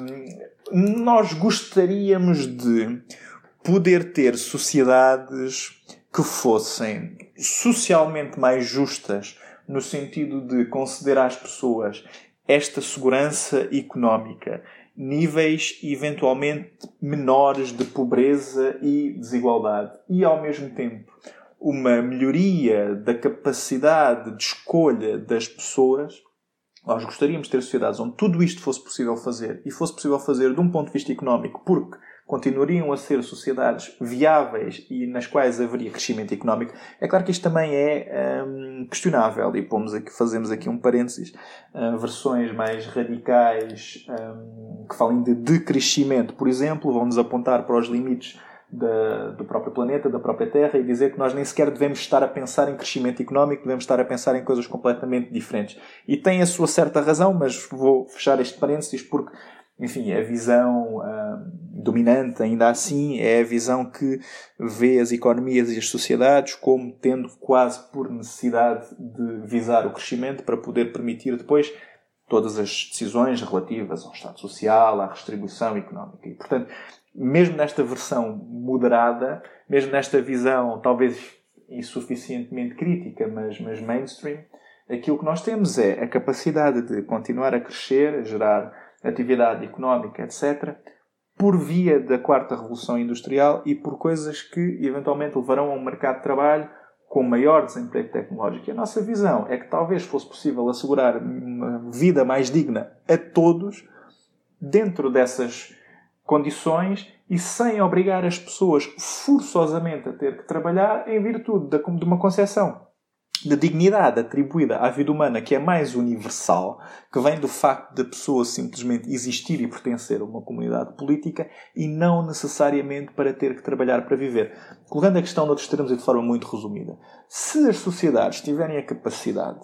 hum, nós gostaríamos de poder ter sociedades que fossem socialmente mais justas, no sentido de considerar às pessoas esta segurança económica, níveis eventualmente menores de pobreza e desigualdade, e ao mesmo tempo uma melhoria da capacidade de escolha das pessoas. Nós gostaríamos de ter sociedades onde tudo isto fosse possível fazer, e fosse possível fazer de um ponto de vista económico, porque continuariam a ser sociedades viáveis e nas quais haveria crescimento económico. É claro que isto também é hum, questionável, e pomos aqui, fazemos aqui um parênteses, hum, versões mais radicais hum, que falem de decrescimento, por exemplo, vão-nos apontar para os limites Da, do próprio planeta, da própria Terra, e dizer que nós nem sequer devemos estar a pensar em crescimento económico, devemos estar a pensar em coisas completamente diferentes. E tem a sua certa razão, mas vou fechar este parênteses porque, enfim, a visão hum, dominante, ainda assim, é a visão que vê as economias e as sociedades como tendo quase por necessidade de visar o crescimento para poder permitir depois todas as decisões relativas ao Estado Social, à redistribuição económica. E, portanto, mesmo nesta versão moderada, mesmo nesta visão talvez insuficientemente crítica, mas, mas mainstream, aquilo que nós temos é a capacidade de continuar a crescer, a gerar atividade económica, etcétera, por via da quarta revolução industrial e por coisas que eventualmente levarão a um mercado de trabalho com maior desemprego tecnológico. E a nossa visão é que talvez fosse possível assegurar uma vida mais digna a todos dentro dessas condições e sem obrigar as pessoas forçosamente a ter que trabalhar em virtude de uma concepção de dignidade atribuída à vida humana que é mais universal, que vem do facto da pessoa simplesmente existir e pertencer a uma comunidade política e não necessariamente para ter que trabalhar para viver. Colocando a questão noutros termos e de forma muito resumida, se as sociedades tiverem a capacidade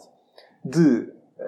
de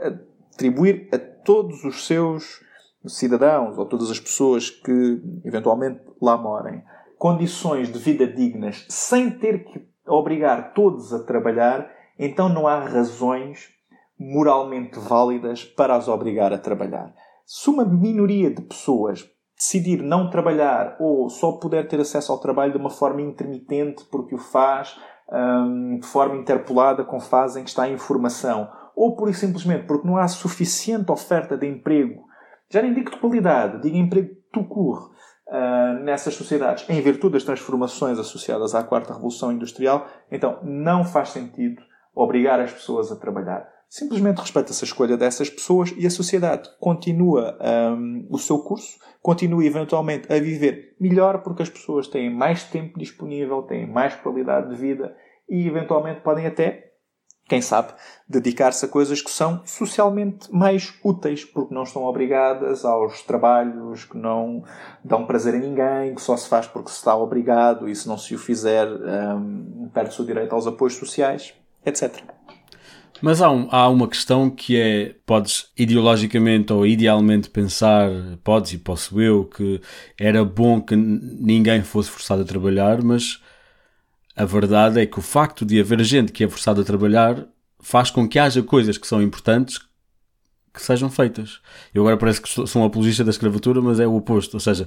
atribuir a todos os seus cidadãos ou todas as pessoas que eventualmente lá morem condições de vida dignas sem ter que obrigar todos a trabalhar, então não há razões moralmente válidas para as obrigar a trabalhar. Se uma minoria de pessoas decidir não trabalhar ou só puder ter acesso ao trabalho de uma forma intermitente porque o faz hum, de forma interpolada com fase em que está em formação, ou por simplesmente porque não há suficiente oferta de emprego, já nem digo de qualidade, digo emprego tout court, uh, nessas sociedades, em virtude das transformações associadas à quarta revolução industrial, então não faz sentido obrigar as pessoas a trabalhar. Simplesmente respeita-se a escolha dessas pessoas e a sociedade continua um, o seu curso, continua eventualmente a viver melhor porque as pessoas têm mais tempo disponível, têm mais qualidade de vida e eventualmente podem até, quem sabe, dedicar-se a coisas que são socialmente mais úteis, porque não estão obrigadas aos trabalhos que não dão prazer a ninguém, que só se faz porque se está obrigado e se não se o fizer um, perde-se o direito aos apoios sociais, etcétera. Mas há, um, há uma questão que é, podes ideologicamente ou idealmente pensar, podes e posso eu, que era bom que ninguém fosse forçado a trabalhar, mas a verdade é que o facto de haver gente que é forçada a trabalhar faz com que haja coisas que são importantes que sejam feitas. Eu agora parece que sou um apologista da escravatura, mas é o oposto. Ou seja,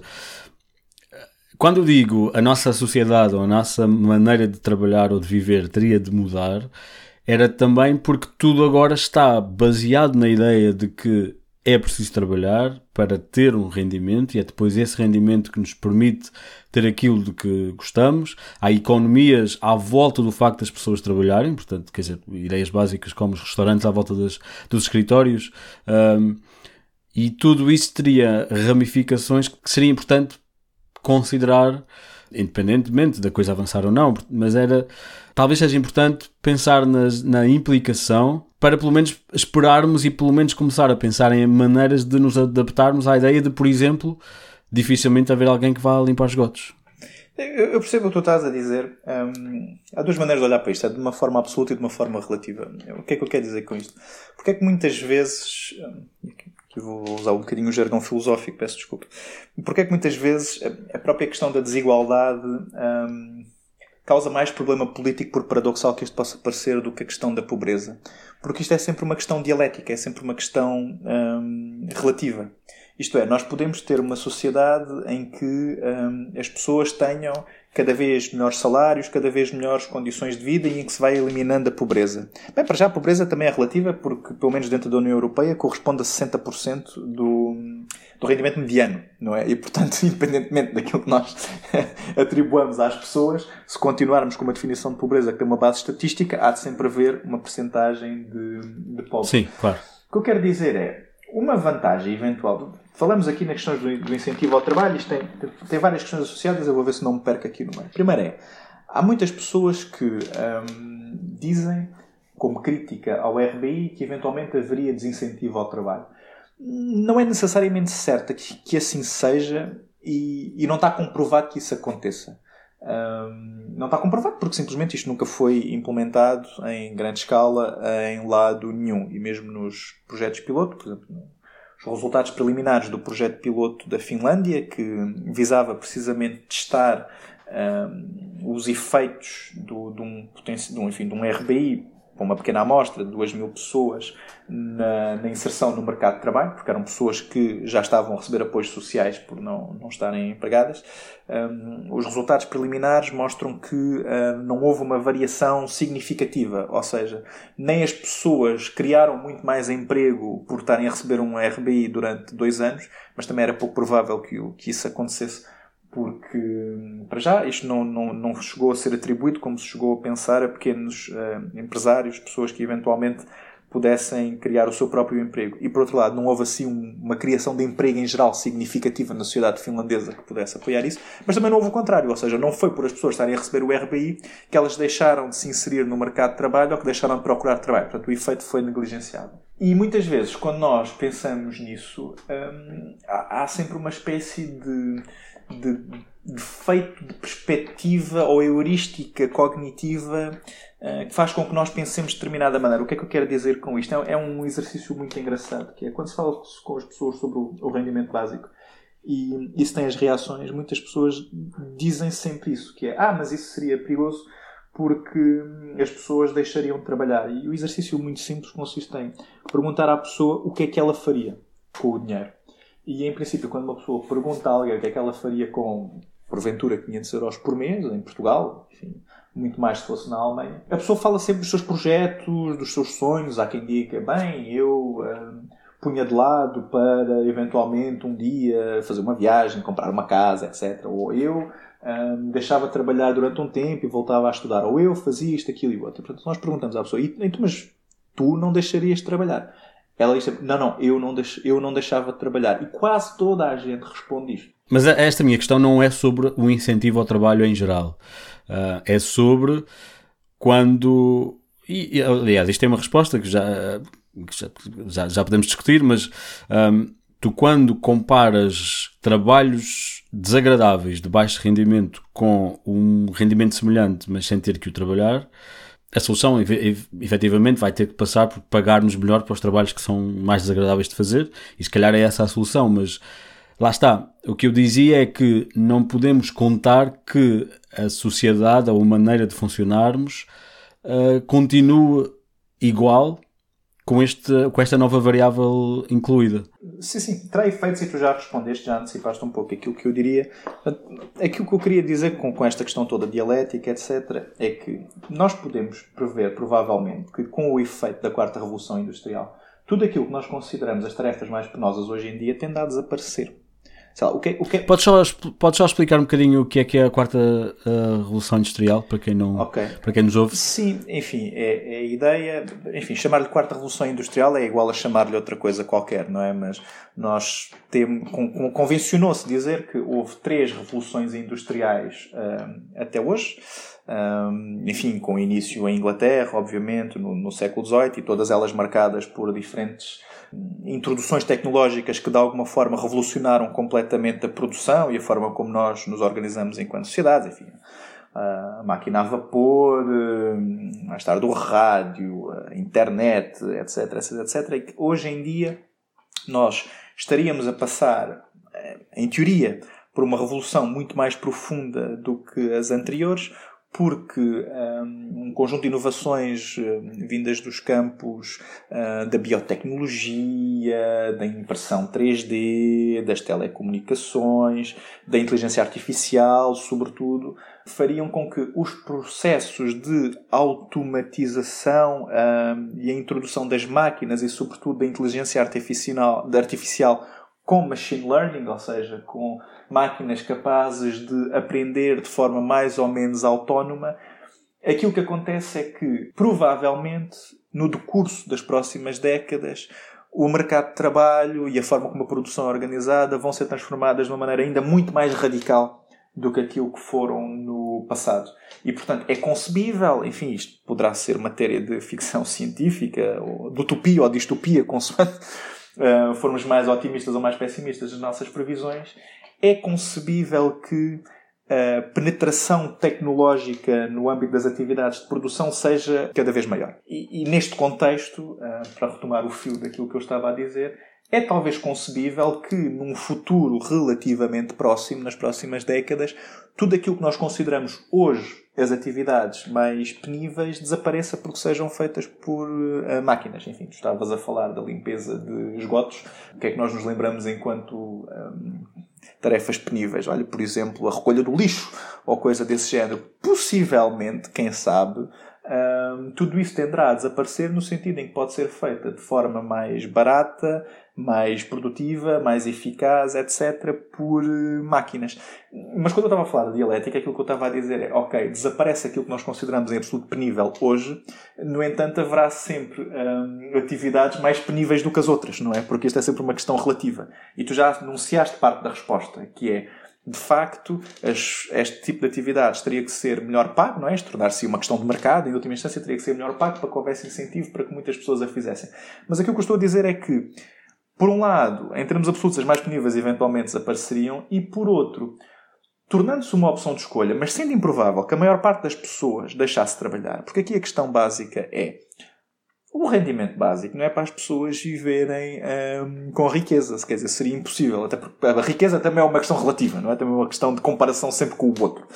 quando eu digo a nossa sociedade ou a nossa maneira de trabalhar ou de viver teria de mudar, era também porque tudo agora está baseado na ideia de que é preciso trabalhar para ter um rendimento e é depois esse rendimento que nos permite ter aquilo de que gostamos. Há economias à volta do facto das pessoas trabalharem, portanto, quer dizer, ideias básicas como os restaurantes à volta das, dos escritórios, um, e tudo isso teria ramificações que seria importante considerar, independentemente da coisa avançar ou não, mas era, talvez seja importante pensar nas, na implicação para pelo menos esperarmos e pelo menos começar a pensar em maneiras de nos adaptarmos à ideia de, por exemplo, dificilmente haver alguém que vá limpar esgotos. Eu percebo o que tu estás a dizer. Hum, há duas maneiras de olhar para isto. É de uma forma absoluta e de uma forma relativa. O que é que eu quero dizer com isto? Porque é que muitas vezes... Aqui vou usar um bocadinho o jargão filosófico, peço desculpa. Porque é que muitas vezes a própria questão da desigualdade hum, causa mais problema político, por paradoxal que isto possa parecer, do que a questão da pobreza? Porque isto é sempre uma questão dialética, é sempre uma questão hum, relativa. Isto é, nós podemos ter uma sociedade em que hum, as pessoas tenham cada vez melhores salários, cada vez melhores condições de vida e em que se vai eliminando a pobreza. Bem, para já a pobreza também é relativa porque, pelo menos dentro da União Europeia, corresponde a sessenta por cento do, do rendimento mediano, não é? E, portanto, independentemente daquilo que nós atribuamos às pessoas, se continuarmos com uma definição de pobreza que tem uma base estatística, há de sempre haver uma percentagem de, de pobres. Sim, claro. O que eu quero dizer é, uma vantagem eventual... Falamos aqui nas questões do, do incentivo ao trabalho. Isto tem, tem várias questões associadas. Eu vou ver se não me perco aqui no meio. Primeiro é, há muitas pessoas que hum, dizem, como crítica ao R B I, que eventualmente haveria desincentivo ao trabalho. Não é necessariamente certo que, que assim seja e, e não está comprovado que isso aconteça. Um, não está comprovado porque simplesmente isto nunca foi implementado em grande escala em lado nenhum. E mesmo nos projetos piloto, por exemplo, os resultados preliminares do projeto piloto da Finlândia, que visava precisamente testar um, os efeitos do, de, um, de, um, enfim, de um R B I para uma pequena amostra de duas mil pessoas na, na inserção no mercado de trabalho, porque eram pessoas que já estavam a receber apoios sociais por não, não estarem empregadas. Um, os resultados preliminares mostram que uh, não houve uma variação significativa, ou seja, nem as pessoas criaram muito mais emprego por estarem a receber um R B I durante dois anos, mas também era pouco provável que, que isso acontecesse, porque, para já, isto não, não, não chegou a ser atribuído, como se chegou a pensar, a pequenos uh, empresários, pessoas que eventualmente pudessem criar o seu próprio emprego. E, por outro lado, não houve assim um, uma criação de emprego em geral significativa na sociedade finlandesa que pudesse apoiar isso, mas também não houve o contrário, ou seja, não foi por as pessoas estarem a receber o R B I que elas deixaram de se inserir no mercado de trabalho ou que deixaram de procurar trabalho. Portanto, o efeito foi negligenciado. E muitas vezes, quando nós pensamos nisso, hum, há, há sempre uma espécie de... De, de defeito de perspectiva ou heurística cognitiva uh, que faz com que nós pensemos de determinada maneira. O que é que eu quero dizer com isto? É, é um exercício muito engraçado, que é quando se fala com as pessoas sobre o, o rendimento básico e isso tem as reações, muitas pessoas dizem sempre isso, que é, ah, mas isso seria perigoso porque as pessoas deixariam de trabalhar. E o exercício muito simples consiste em perguntar à pessoa o que é que ela faria com o dinheiro. E, em princípio, quando uma pessoa pergunta a alguém o que é que ela faria com, porventura, quinhentos euros por mês, em Portugal, enfim, muito mais se fosse na Alemanha, a pessoa fala sempre dos seus projetos, dos seus sonhos. Há quem diga, bem, eu hum, punha de lado para, eventualmente, um dia fazer uma viagem, comprar uma casa, etcétera. Ou eu hum, deixava de trabalhar durante um tempo e voltava a estudar. Ou eu fazia isto, aquilo e outro. Portanto, nós perguntamos à pessoa, e, mas tu não deixarias de trabalhar? Ela diz sempre, não, não, eu não, deix, eu não deixava de trabalhar. E quase toda a gente responde isto. Mas esta minha questão não é sobre o incentivo ao trabalho em geral. Uh, é sobre quando... E, aliás, isto é uma resposta que já, que já, já podemos discutir, mas um, tu quando comparas trabalhos desagradáveis de baixo rendimento com um rendimento semelhante, mas sem ter que o trabalhar... A solução, efetivamente, vai ter que passar por pagarmos melhor para os trabalhos que são mais desagradáveis de fazer, e se calhar é essa a solução, mas lá está. O que eu dizia é que não podemos contar que a sociedade ou a maneira de funcionarmos uh, continue igual com, este, com esta nova variável incluída. Sim, sim, terá efeitos e tu já respondeste, já antecipaste um pouco aquilo que eu diria. Aquilo que eu queria dizer com, com esta questão toda dialética, etcétera, é que nós podemos prever, provavelmente, que com o efeito da quarta revolução industrial, tudo aquilo que nós consideramos as tarefas mais penosas hoje em dia tende a desaparecer. Sei lá, o que, o que... Podes, só, podes só explicar um bocadinho o que é que é a quarta uh, revolução industrial, para quem, não, okay. para quem nos ouve? Sim, enfim, é, é a ideia... Enfim, chamar-lhe quarta revolução industrial é igual a chamar-lhe outra coisa qualquer, não é? Mas nós temos... Convencionou-se dizer que houve três revoluções industriais uh, até hoje. um, enfim, com início em Inglaterra, obviamente, no, no século dezoito, e todas elas marcadas por diferentes introduções tecnológicas que de alguma forma revolucionaram completamente a produção e a forma como nós nos organizamos enquanto sociedade, enfim. A máquina a vapor, mais tarde o rádio, a internet, etc, etc, etcétera. E que hoje em dia nós estaríamos a passar, em teoria, por uma revolução muito mais profunda do que as anteriores, porque um, um conjunto de inovações um, vindas dos campos uh, da biotecnologia, da impressão três D, das telecomunicações, da inteligência artificial, sobretudo, fariam com que os processos de automatização um, e a introdução das máquinas e, sobretudo, da inteligência artificial, da artificial com machine learning, ou seja, com máquinas capazes de aprender de forma mais ou menos autónoma, aquilo que acontece é que, provavelmente, no decurso das próximas décadas, o mercado de trabalho e a forma como a produção é organizada vão ser transformadas de uma maneira ainda muito mais radical do que aquilo que foram no passado. E, portanto, é concebível, enfim, isto poderá ser matéria de ficção científica, ou de utopia ou distopia, consoante Uh, formos mais otimistas ou mais pessimistas nas nossas previsões, é concebível que a penetração tecnológica no âmbito das atividades de produção seja cada vez maior. E, e neste contexto, uh, para retomar o fio daquilo que eu estava a dizer, é talvez concebível que num futuro relativamente próximo, nas próximas décadas, tudo aquilo que nós consideramos hoje as atividades mais peníveis desapareça porque sejam feitas por uh, máquinas. Enfim, tu estavas a falar da limpeza de esgotos. O que é que nós nos lembramos enquanto um, tarefas peníveis? Olha, por exemplo, a recolha do lixo ou coisa desse género. Possivelmente, quem sabe, um, tudo isso tenderá a desaparecer no sentido em que pode ser feita de forma mais barata, mais produtiva, mais eficaz, etcétera, por máquinas. Mas quando eu estava a falar de dialética, aquilo que eu estava a dizer é, ok, desaparece aquilo que nós consideramos em absoluto penível hoje, no entanto haverá sempre hum, atividades mais peníveis do que as outras, não é? Porque isto é sempre uma questão relativa. E tu já anunciaste parte da resposta, que é, de facto, as, este tipo de atividades teria que ser melhor pago, não é? Isto tornar-se uma questão de mercado, em última instância teria que ser melhor pago para que houvesse incentivo para que muitas pessoas a fizessem. Mas aquilo que eu estou a dizer é que, por um lado, em termos absolutos, as mais peníveis eventualmente desapareceriam, e por outro, tornando-se uma opção de escolha, mas sendo improvável que a maior parte das pessoas deixasse de trabalhar, porque aqui a questão básica é o rendimento básico não é para as pessoas viverem hum, com riqueza, quer dizer, seria impossível, até porque a riqueza também é uma questão relativa, não é? Também é uma questão de comparação sempre com o outro.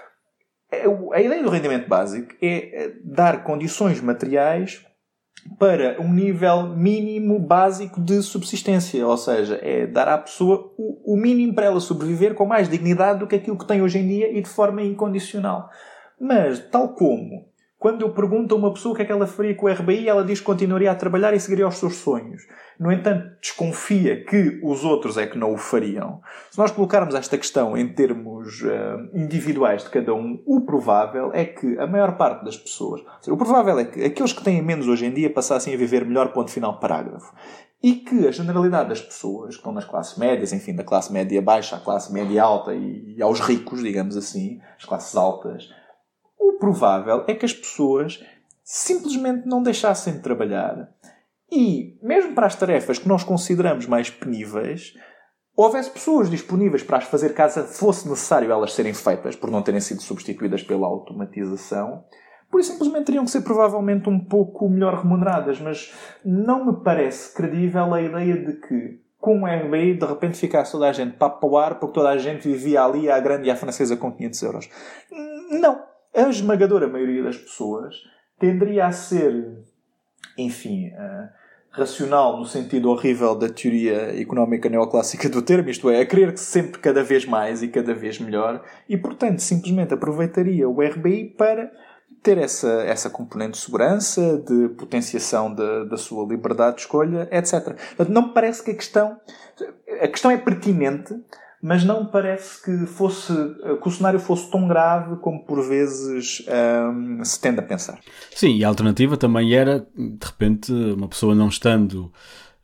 A ideia do rendimento básico é dar condições materiais para um nível mínimo básico de subsistência. Ou seja, é dar à pessoa o, o mínimo para ela sobreviver com mais dignidade do que aquilo que tem hoje em dia e de forma incondicional. Mas, tal como quando eu pergunto a uma pessoa o que é que ela faria com o R B I, ela diz que continuaria a trabalhar e seguiria os seus sonhos. No entanto, desconfia que os outros é que não o fariam. Se nós colocarmos esta questão em termos uh, individuais de cada um, o provável é que a maior parte das pessoas... Ou seja, o provável é que aqueles que têm menos hoje em dia passassem a viver melhor, ponto final, parágrafo. E que a generalidade das pessoas, que estão nas classes médias, enfim, da classe média baixa à classe média alta e, e aos ricos, digamos assim, as classes altas... O provável é que as pessoas simplesmente não deixassem de trabalhar e, mesmo para as tarefas que nós consideramos mais peníveis, houvesse pessoas disponíveis para as fazer caso fosse necessário elas serem feitas, por não terem sido substituídas pela automatização, por isso simplesmente teriam que ser provavelmente um pouco melhor remuneradas. Mas não me parece credível a ideia de que, com o R B I, de repente ficasse toda a gente papo ao ar porque toda a gente vivia ali à grande e à francesa com quinhentos euros. Não. A esmagadora maioria das pessoas tenderia a ser, enfim, uh, racional no sentido horrível da teoria económica neoclássica do termo, isto é, a querer sempre cada vez mais e cada vez melhor, e, portanto, simplesmente aproveitaria o R B I para ter essa, essa componente de segurança, de potenciação da, da sua liberdade de escolha, etcétera. Portanto, não me parece que a questão... A questão é pertinente, mas não me parece que, fosse, que o cenário fosse tão grave como por vezes hum, se tende a pensar. Sim, e a alternativa também era, de repente, uma pessoa não estando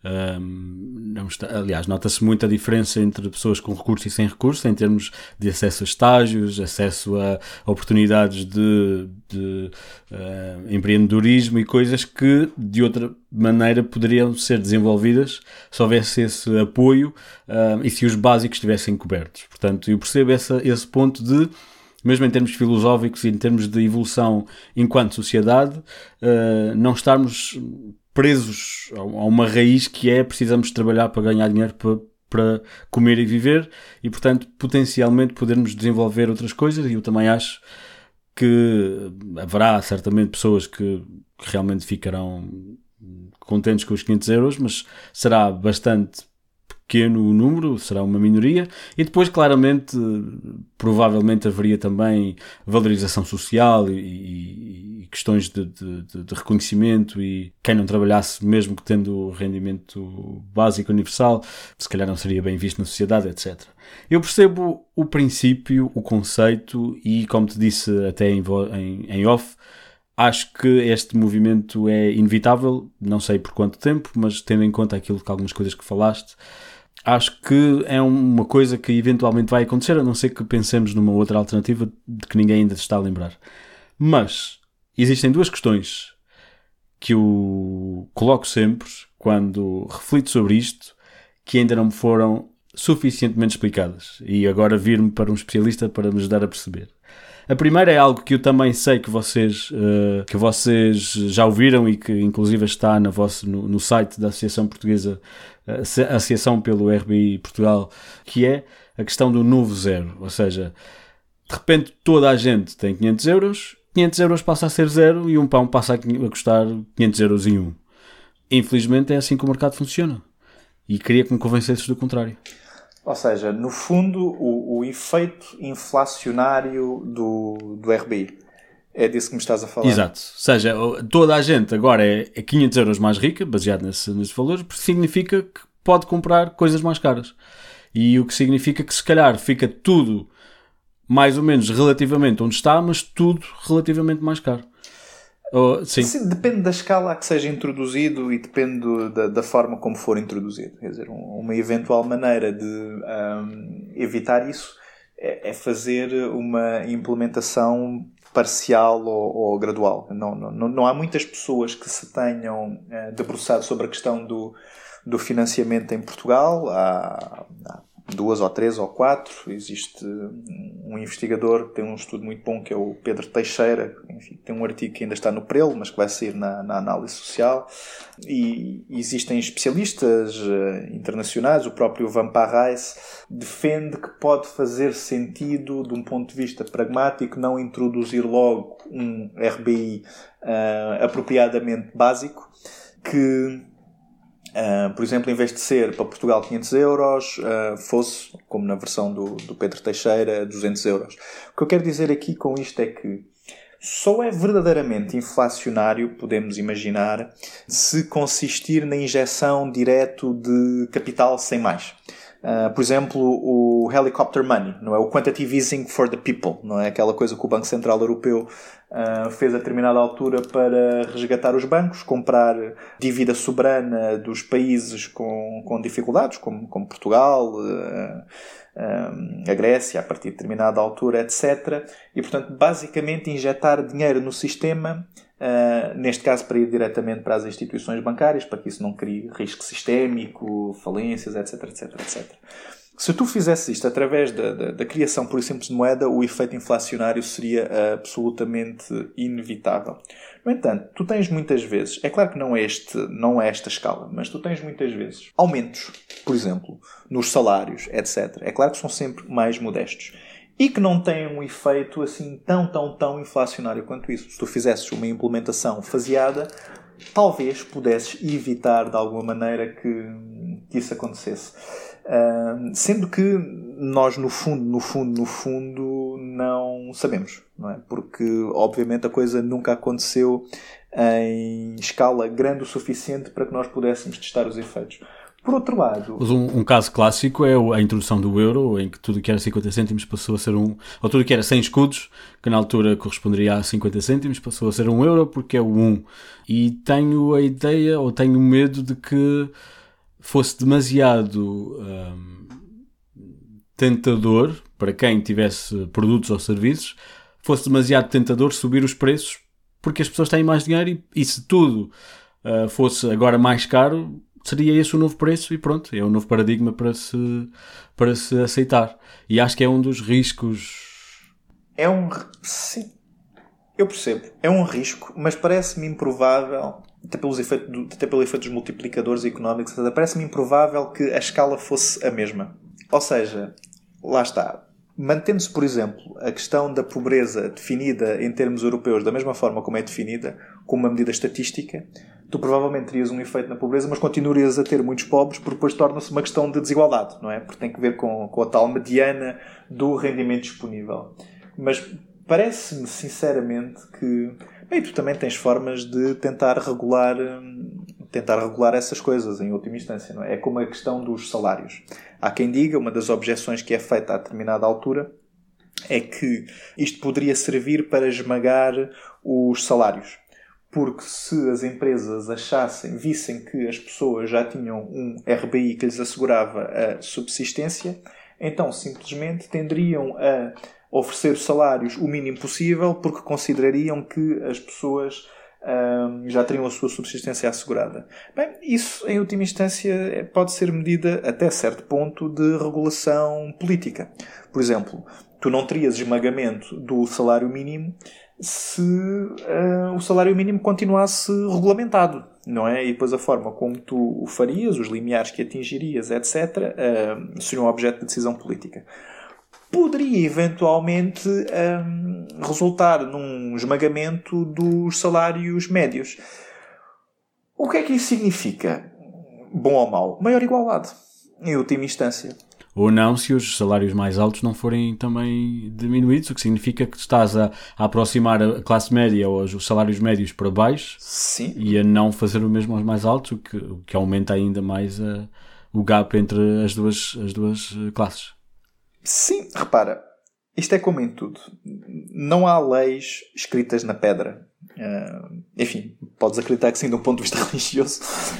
Um, não está, aliás, nota-se muito a diferença entre pessoas com recursos e sem recursos, em termos de acesso a estágios, acesso a oportunidades de, de uh, empreendedorismo e coisas que de outra maneira poderiam ser desenvolvidas se houvesse esse apoio uh, e se os básicos estivessem cobertos. Portanto, eu percebo essa, esse ponto de, mesmo em termos filosóficos e em termos de evolução enquanto sociedade, uh, não estarmos presos a uma raiz que é precisamos trabalhar para ganhar dinheiro para, para comer e viver e, portanto, potencialmente podermos desenvolver outras coisas. E eu também acho que haverá certamente pessoas que, que realmente ficarão contentes com os quinhentos euros, mas será bastante pequeno o número, será uma minoria, e depois claramente provavelmente haveria também valorização social e, e, e questões de, de, de reconhecimento, e quem não trabalhasse mesmo que tendo rendimento básico universal se calhar não seria bem visto na sociedade, etcétera. Eu percebo o princípio, o conceito, e como te disse até em, em, em off, acho que este movimento é inevitável, não sei por quanto tempo, mas tendo em conta aquilo que algumas coisas que falaste, acho que é uma coisa que eventualmente vai acontecer, a não ser que pensemos numa outra alternativa de que ninguém ainda se está a lembrar. Mas existem duas questões que eu coloco sempre quando reflito sobre isto, que ainda não me foram suficientemente explicadas, e agora vir-me para um especialista para me ajudar a perceber. A primeira é algo que eu também sei que vocês, uh, que vocês já ouviram e que inclusive está na vossa, no, no site da Associação Portuguesa, uh, Associação pelo R B I Portugal, que é a questão do novo zero. Ou seja, de repente toda a gente tem quinhentos euros, quinhentos euros passa a ser zero e um pão passa a custar quinhentos euros em um. Infelizmente é assim que o mercado funciona. E queria que me convencesses do contrário. Ou seja, no fundo, o, o efeito inflacionário do, do R B I. É disso que me estás a falar. Exato. Ou seja, toda a gente agora é, é quinhentos euros mais rica, baseado nesse, nesses valores, porque significa que pode comprar coisas mais caras. E o que significa que se calhar fica tudo mais ou menos relativamente onde está, mas tudo relativamente mais caro. Oh, sim. Sim, depende da escala a que seja introduzido e depende do, da, da forma como for introduzido. Quer dizer, uma eventual maneira de um, evitar isso é, é fazer uma implementação parcial ou, ou gradual. Não, não, não há muitas pessoas que se tenham uh, debruçado sobre a questão do, do financiamento em Portugal. Há, há duas ou três ou quatro. Existe um investigador que tem um estudo muito bom, que é o Pedro Teixeira, enfim, tem um artigo que ainda está no Prelo, mas que vai sair na, na análise social. E existem especialistas uh, internacionais, o próprio Van Parijs defende que pode fazer sentido, de um ponto de vista pragmático, não introduzir logo um R B I uh, apropriadamente básico, que Uh, por exemplo, em vez de ser para Portugal quinhentos euros, uh, fosse, como na versão do, do Pedro Teixeira, duzentos euros. O que eu quero dizer aqui com isto é que só é verdadeiramente inflacionário, podemos imaginar, se consistir na injeção direto de capital sem mais. Uh, por exemplo, o helicopter money, não é? O quantitative easing for the people, não é? Aquela coisa que o Banco Central Europeu uh, fez a determinada altura para resgatar os bancos, comprar dívida soberana dos países com, com dificuldades, como, como Portugal, uh, uh, a Grécia, a partir de determinada altura, etcétera. E, portanto, basicamente injetar dinheiro no sistema, Uh, neste caso para ir diretamente para as instituições bancárias, para que isso não crie risco sistémico, falências, etc, etc, etcétera. Se tu fizesse isto através da, da, da criação por simples de moeda, o efeito inflacionário seria absolutamente inevitável. No entanto, tu tens muitas vezes, é claro que não é, este, não é esta escala, mas tu tens muitas vezes aumentos, por exemplo, nos salários, etcétera. É claro que são sempre mais modestos. E que não têm um efeito assim tão, tão, tão inflacionário quanto isso. Se tu fizesses uma implementação faseada, talvez pudesses evitar de alguma maneira que, que isso acontecesse. Uh, sendo que nós, no fundo, no fundo, no fundo, não sabemos, não é? Porque, obviamente, a coisa nunca aconteceu em escala grande o suficiente para que nós pudéssemos testar os efeitos. Por outro lado... Um, um caso clássico é a introdução do euro, em que tudo que era cinquenta cêntimos passou a ser um... Ou tudo que era cem escudos, que na altura corresponderia a cinquenta cêntimos, passou a ser um euro porque é o um. E tenho a ideia, ou tenho medo de que fosse demasiado hum, tentador para quem tivesse produtos ou serviços, fosse demasiado tentador subir os preços porque as pessoas têm mais dinheiro e, e se tudo uh, fosse agora mais caro, seria esse o novo preço e pronto, é um novo paradigma para se, para se aceitar. E acho que é um dos riscos. É um... Sim, eu percebo. É um risco, mas parece-me improvável, até, pelos efeitos do, até pelo efeito dos multiplicadores económicos, parece-me improvável que a escala fosse a mesma. Ou seja, lá está. Mantendo-se, por exemplo, a questão da pobreza definida em termos europeus da mesma forma como é definida, como uma medida estatística, tu provavelmente terias um efeito na pobreza, mas continuarias a ter muitos pobres, porque depois torna-se uma questão de desigualdade, não é? Porque tem que ver com, com a tal mediana do rendimento disponível. Mas parece-me, sinceramente, que... Bem, tu também tens formas de tentar regular, tentar regular essas coisas, em última instância, não é? É como a questão dos salários. Há quem diga, uma das objeções que é feita a determinada altura, é que isto poderia servir para esmagar os salários. Porque se as empresas achassem, vissem que as pessoas já tinham um R B I que lhes assegurava a subsistência, então simplesmente tenderiam a oferecer salários o mínimo possível porque considerariam que as pessoas hum, já teriam a sua subsistência assegurada. Bem, isso em última instância pode ser medida até certo ponto de regulação política. Por exemplo, tu não terias esmagamento do salário mínimo se uh, o salário mínimo continuasse regulamentado, não é? E depois a forma como tu o farias, os limiares que atingirias, etcétera, uh, seriam objeto de decisão política. Poderia eventualmente um, resultar num esmagamento dos salários médios. O que é que isso significa? Bom ou mau? Maior igualdade, em última instância. Ou não, se os salários mais altos não forem também diminuídos, o que significa que estás a, a aproximar a classe média ou os salários médios para baixo. Sim. E a não fazer o mesmo aos mais altos, o que, o que aumenta ainda mais a, o gap entre as duas, as duas classes. Sim, repara, isto é como em tudo. Não há leis escritas na pedra. Uh, enfim, podes acreditar que sim, de um ponto de vista religioso,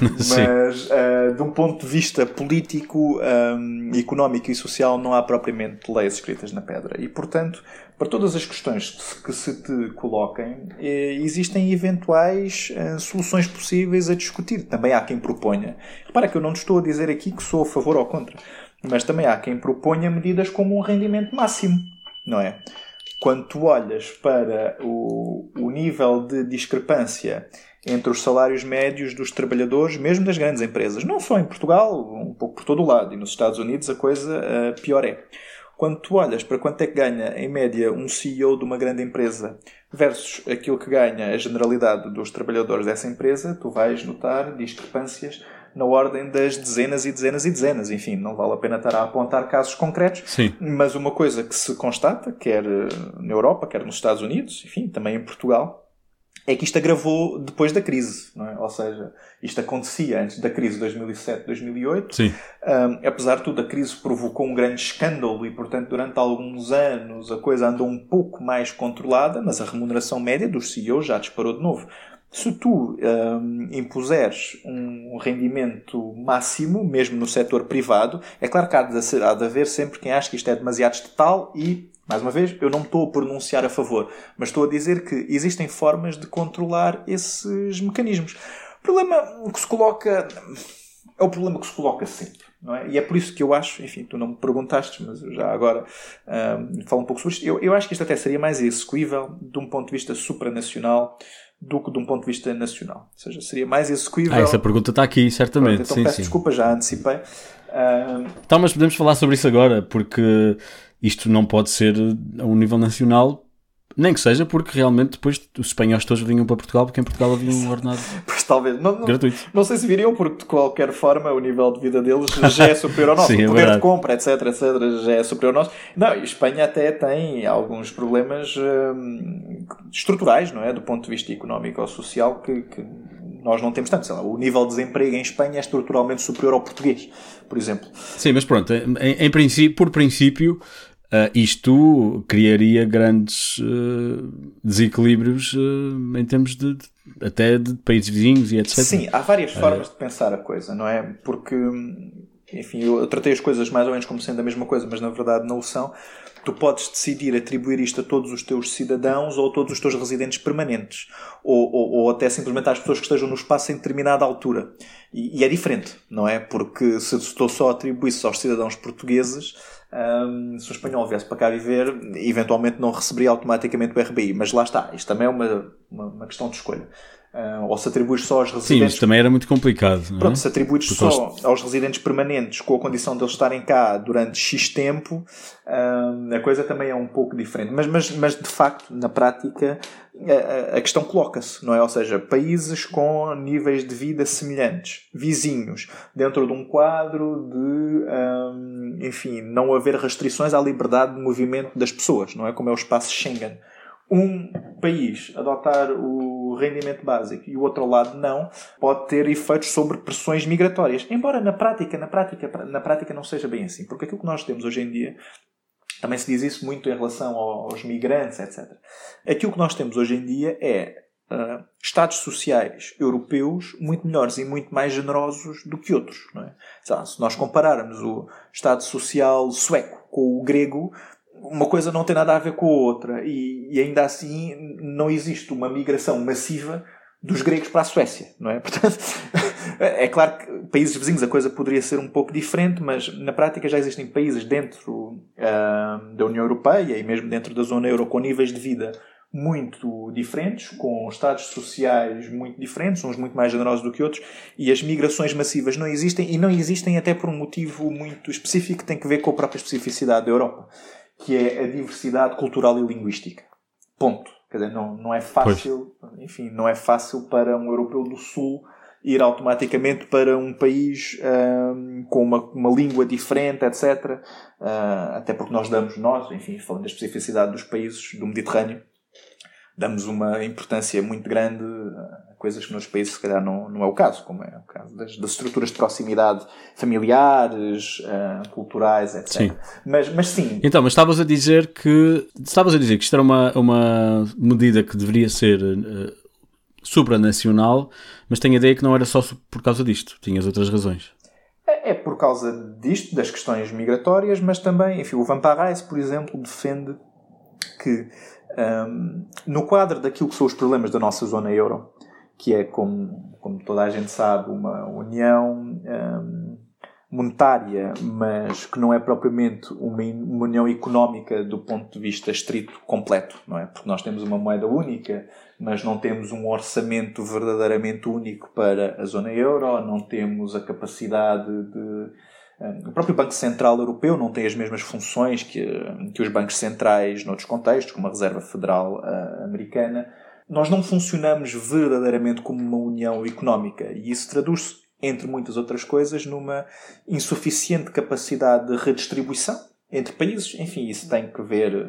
mas uh, de um ponto de vista político, um, económico e social não há propriamente leis escritas na pedra. E, portanto, para todas as questões que se te coloquem, eh, existem eventuais uh, soluções possíveis a discutir. Também há quem proponha. Repara que eu não te estou a dizer aqui que sou a favor ou contra, mas também há quem proponha medidas como um rendimento máximo, não é? Quando tu olhas para o, o nível de discrepância entre os salários médios dos trabalhadores, mesmo das grandes empresas, não só em Portugal, um pouco por todo o lado, e nos Estados Unidos a coisa uh, pior é. Quando tu olhas para quanto é que ganha, em média, um C E O de uma grande empresa versus aquilo que ganha a generalidade dos trabalhadores dessa empresa, tu vais notar discrepâncias na ordem das dezenas e dezenas e dezenas. Enfim, não vale a pena estar a apontar casos concretos. Sim. Mas uma coisa que se constata, quer na Europa, quer nos Estados Unidos, enfim, também em Portugal, é que isto agravou depois da crise, não é? Ou seja, isto acontecia antes da crise de dois mil e sete, dois mil e oito. Sim. Um, apesar de tudo, a crise provocou um grande escândalo e, portanto, durante alguns anos a coisa andou um pouco mais controlada, mas a remuneração média dos C E Os já disparou de novo. Se tu um, impuseres um rendimento máximo, mesmo no setor privado, é claro que há de, há de haver sempre quem acha que isto é demasiado estatal e, mais uma vez, eu não me estou a pronunciar a favor, mas estou a dizer que existem formas de controlar esses mecanismos. O problema que se coloca é o problema que se coloca sempre, não é? E é por isso que eu acho, enfim, tu não me perguntaste, mas eu já agora um, falo um pouco sobre isto. Eu, eu acho que isto até seria mais execuível de um ponto de vista supranacional do que de um ponto de vista nacional. Ou seja, seria mais execuível... Ah, essa pergunta está aqui, certamente. Pronto, então sim, peço sim. desculpa, já antecipei. Uh... Então, mas podemos falar sobre isso agora, porque isto não pode ser a um nível nacional, nem que seja porque realmente depois os espanhóis todos vinham para Portugal, porque em Portugal havia um ordenado pois, talvez. Não, não, gratuito. Não sei se viriam, porque de qualquer forma o nível de vida deles já é superior ao nosso. Sim, o é poder verdade. de compra, etc, etc, já é superior ao nosso. Não, e Espanha até tem alguns problemas hum, estruturais, não é? Do ponto de vista económico ou social que... que nós não temos tanto. Sei lá, o nível de desemprego em Espanha é estruturalmente superior ao português, por exemplo. Sim, mas pronto, em, em princípio, por princípio, uh, isto criaria grandes uh, desequilíbrios uh, em termos de, de até de países vizinhos e etcétera. Sim, há várias formas é. de pensar a coisa, não é? Porque, enfim, eu tratei as coisas mais ou menos como sendo a mesma coisa, mas na verdade não o são. Tu podes decidir atribuir isto a todos os teus cidadãos ou a todos os teus residentes permanentes. Ou, ou, ou até simplesmente às pessoas que estejam no espaço em determinada altura. E, e é diferente, não é? Porque se tu só atribuísse aos cidadãos portugueses, um, se o espanhol viesse para cá viver, eventualmente não receberia automaticamente o R B I. Mas lá está, isto também é uma, uma, uma questão de escolha. Uh, ou se atribuis só aos residentes... Sim, isso também era muito complicado. Não é? Pronto, se atribuis Porque só aos... aos residentes permanentes com a condição de eles estarem cá durante X tempo, uh, a coisa também é um pouco diferente. Mas, mas, mas de facto, na prática, a, a questão coloca-se, não é? Ou seja, países com níveis de vida semelhantes, vizinhos, dentro de um quadro de, um, enfim, não haver restrições à liberdade de movimento das pessoas, não é? Como é o espaço Schengen. Um país adotar o rendimento básico e o outro ao lado não, pode ter efeitos sobre pressões migratórias. Embora na prática, na prática, na prática não seja bem assim. Porque aquilo que nós temos hoje em dia, também se diz isso muito em relação aos migrantes, etcétera. Aquilo que nós temos hoje em dia é uh, Estados sociais europeus muito melhores e muito mais generosos do que outros. Não é? Se nós compararmos o Estado social sueco com o grego, uma coisa não tem nada a ver com a outra e, e ainda assim não existe uma migração massiva dos gregos para a Suécia, não é? Portanto, é claro que países vizinhos a coisa poderia ser um pouco diferente, mas na prática já existem países dentro uh, da União Europeia e mesmo dentro da zona euro com níveis de vida muito diferentes, com estados sociais muito diferentes, uns muito mais generosos do que outros, e as migrações massivas não existem, e não existem até por um motivo muito específico que tem que ver com a própria especificidade da Europa, que é a diversidade cultural e linguística. Ponto. Quer dizer, não, não é fácil, pois. enfim, não é fácil para um europeu do Sul ir automaticamente para um país um, com uma, uma língua diferente, etcétera. Uh, até porque nós damos, nós, enfim, falando da especificidade dos países do Mediterrâneo, damos uma importância muito grande a coisas que nos países se calhar não, não é o caso, como é o caso das, das estruturas de proximidade familiares, uh, culturais, etcétera. Sim. Mas, mas sim. Então, mas estavas a dizer que estavas a dizer que isto era uma, uma medida que deveria ser uh, supranacional, mas tenho a ideia que não era só por causa disto, tinhas outras razões. É, é por causa disto, das questões migratórias, mas também, enfim, o Van Parijs, por exemplo, defende que Um, no quadro daquilo que são os problemas da nossa zona euro, que é, como, como toda a gente sabe, uma união um, monetária, mas que não é propriamente uma, uma união económica do ponto de vista estrito completo, não é? Porque nós temos uma moeda única, mas não temos um orçamento verdadeiramente único para a zona euro, não temos a capacidade de... O próprio Banco Central Europeu não tem as mesmas funções que, que os bancos centrais noutros contextos, como a Reserva Federal uh, Americana. Nós não funcionamos verdadeiramente como uma união económica e isso traduz-se, entre muitas outras coisas, numa insuficiente capacidade de redistribuição entre países. Enfim, isso tem que ver...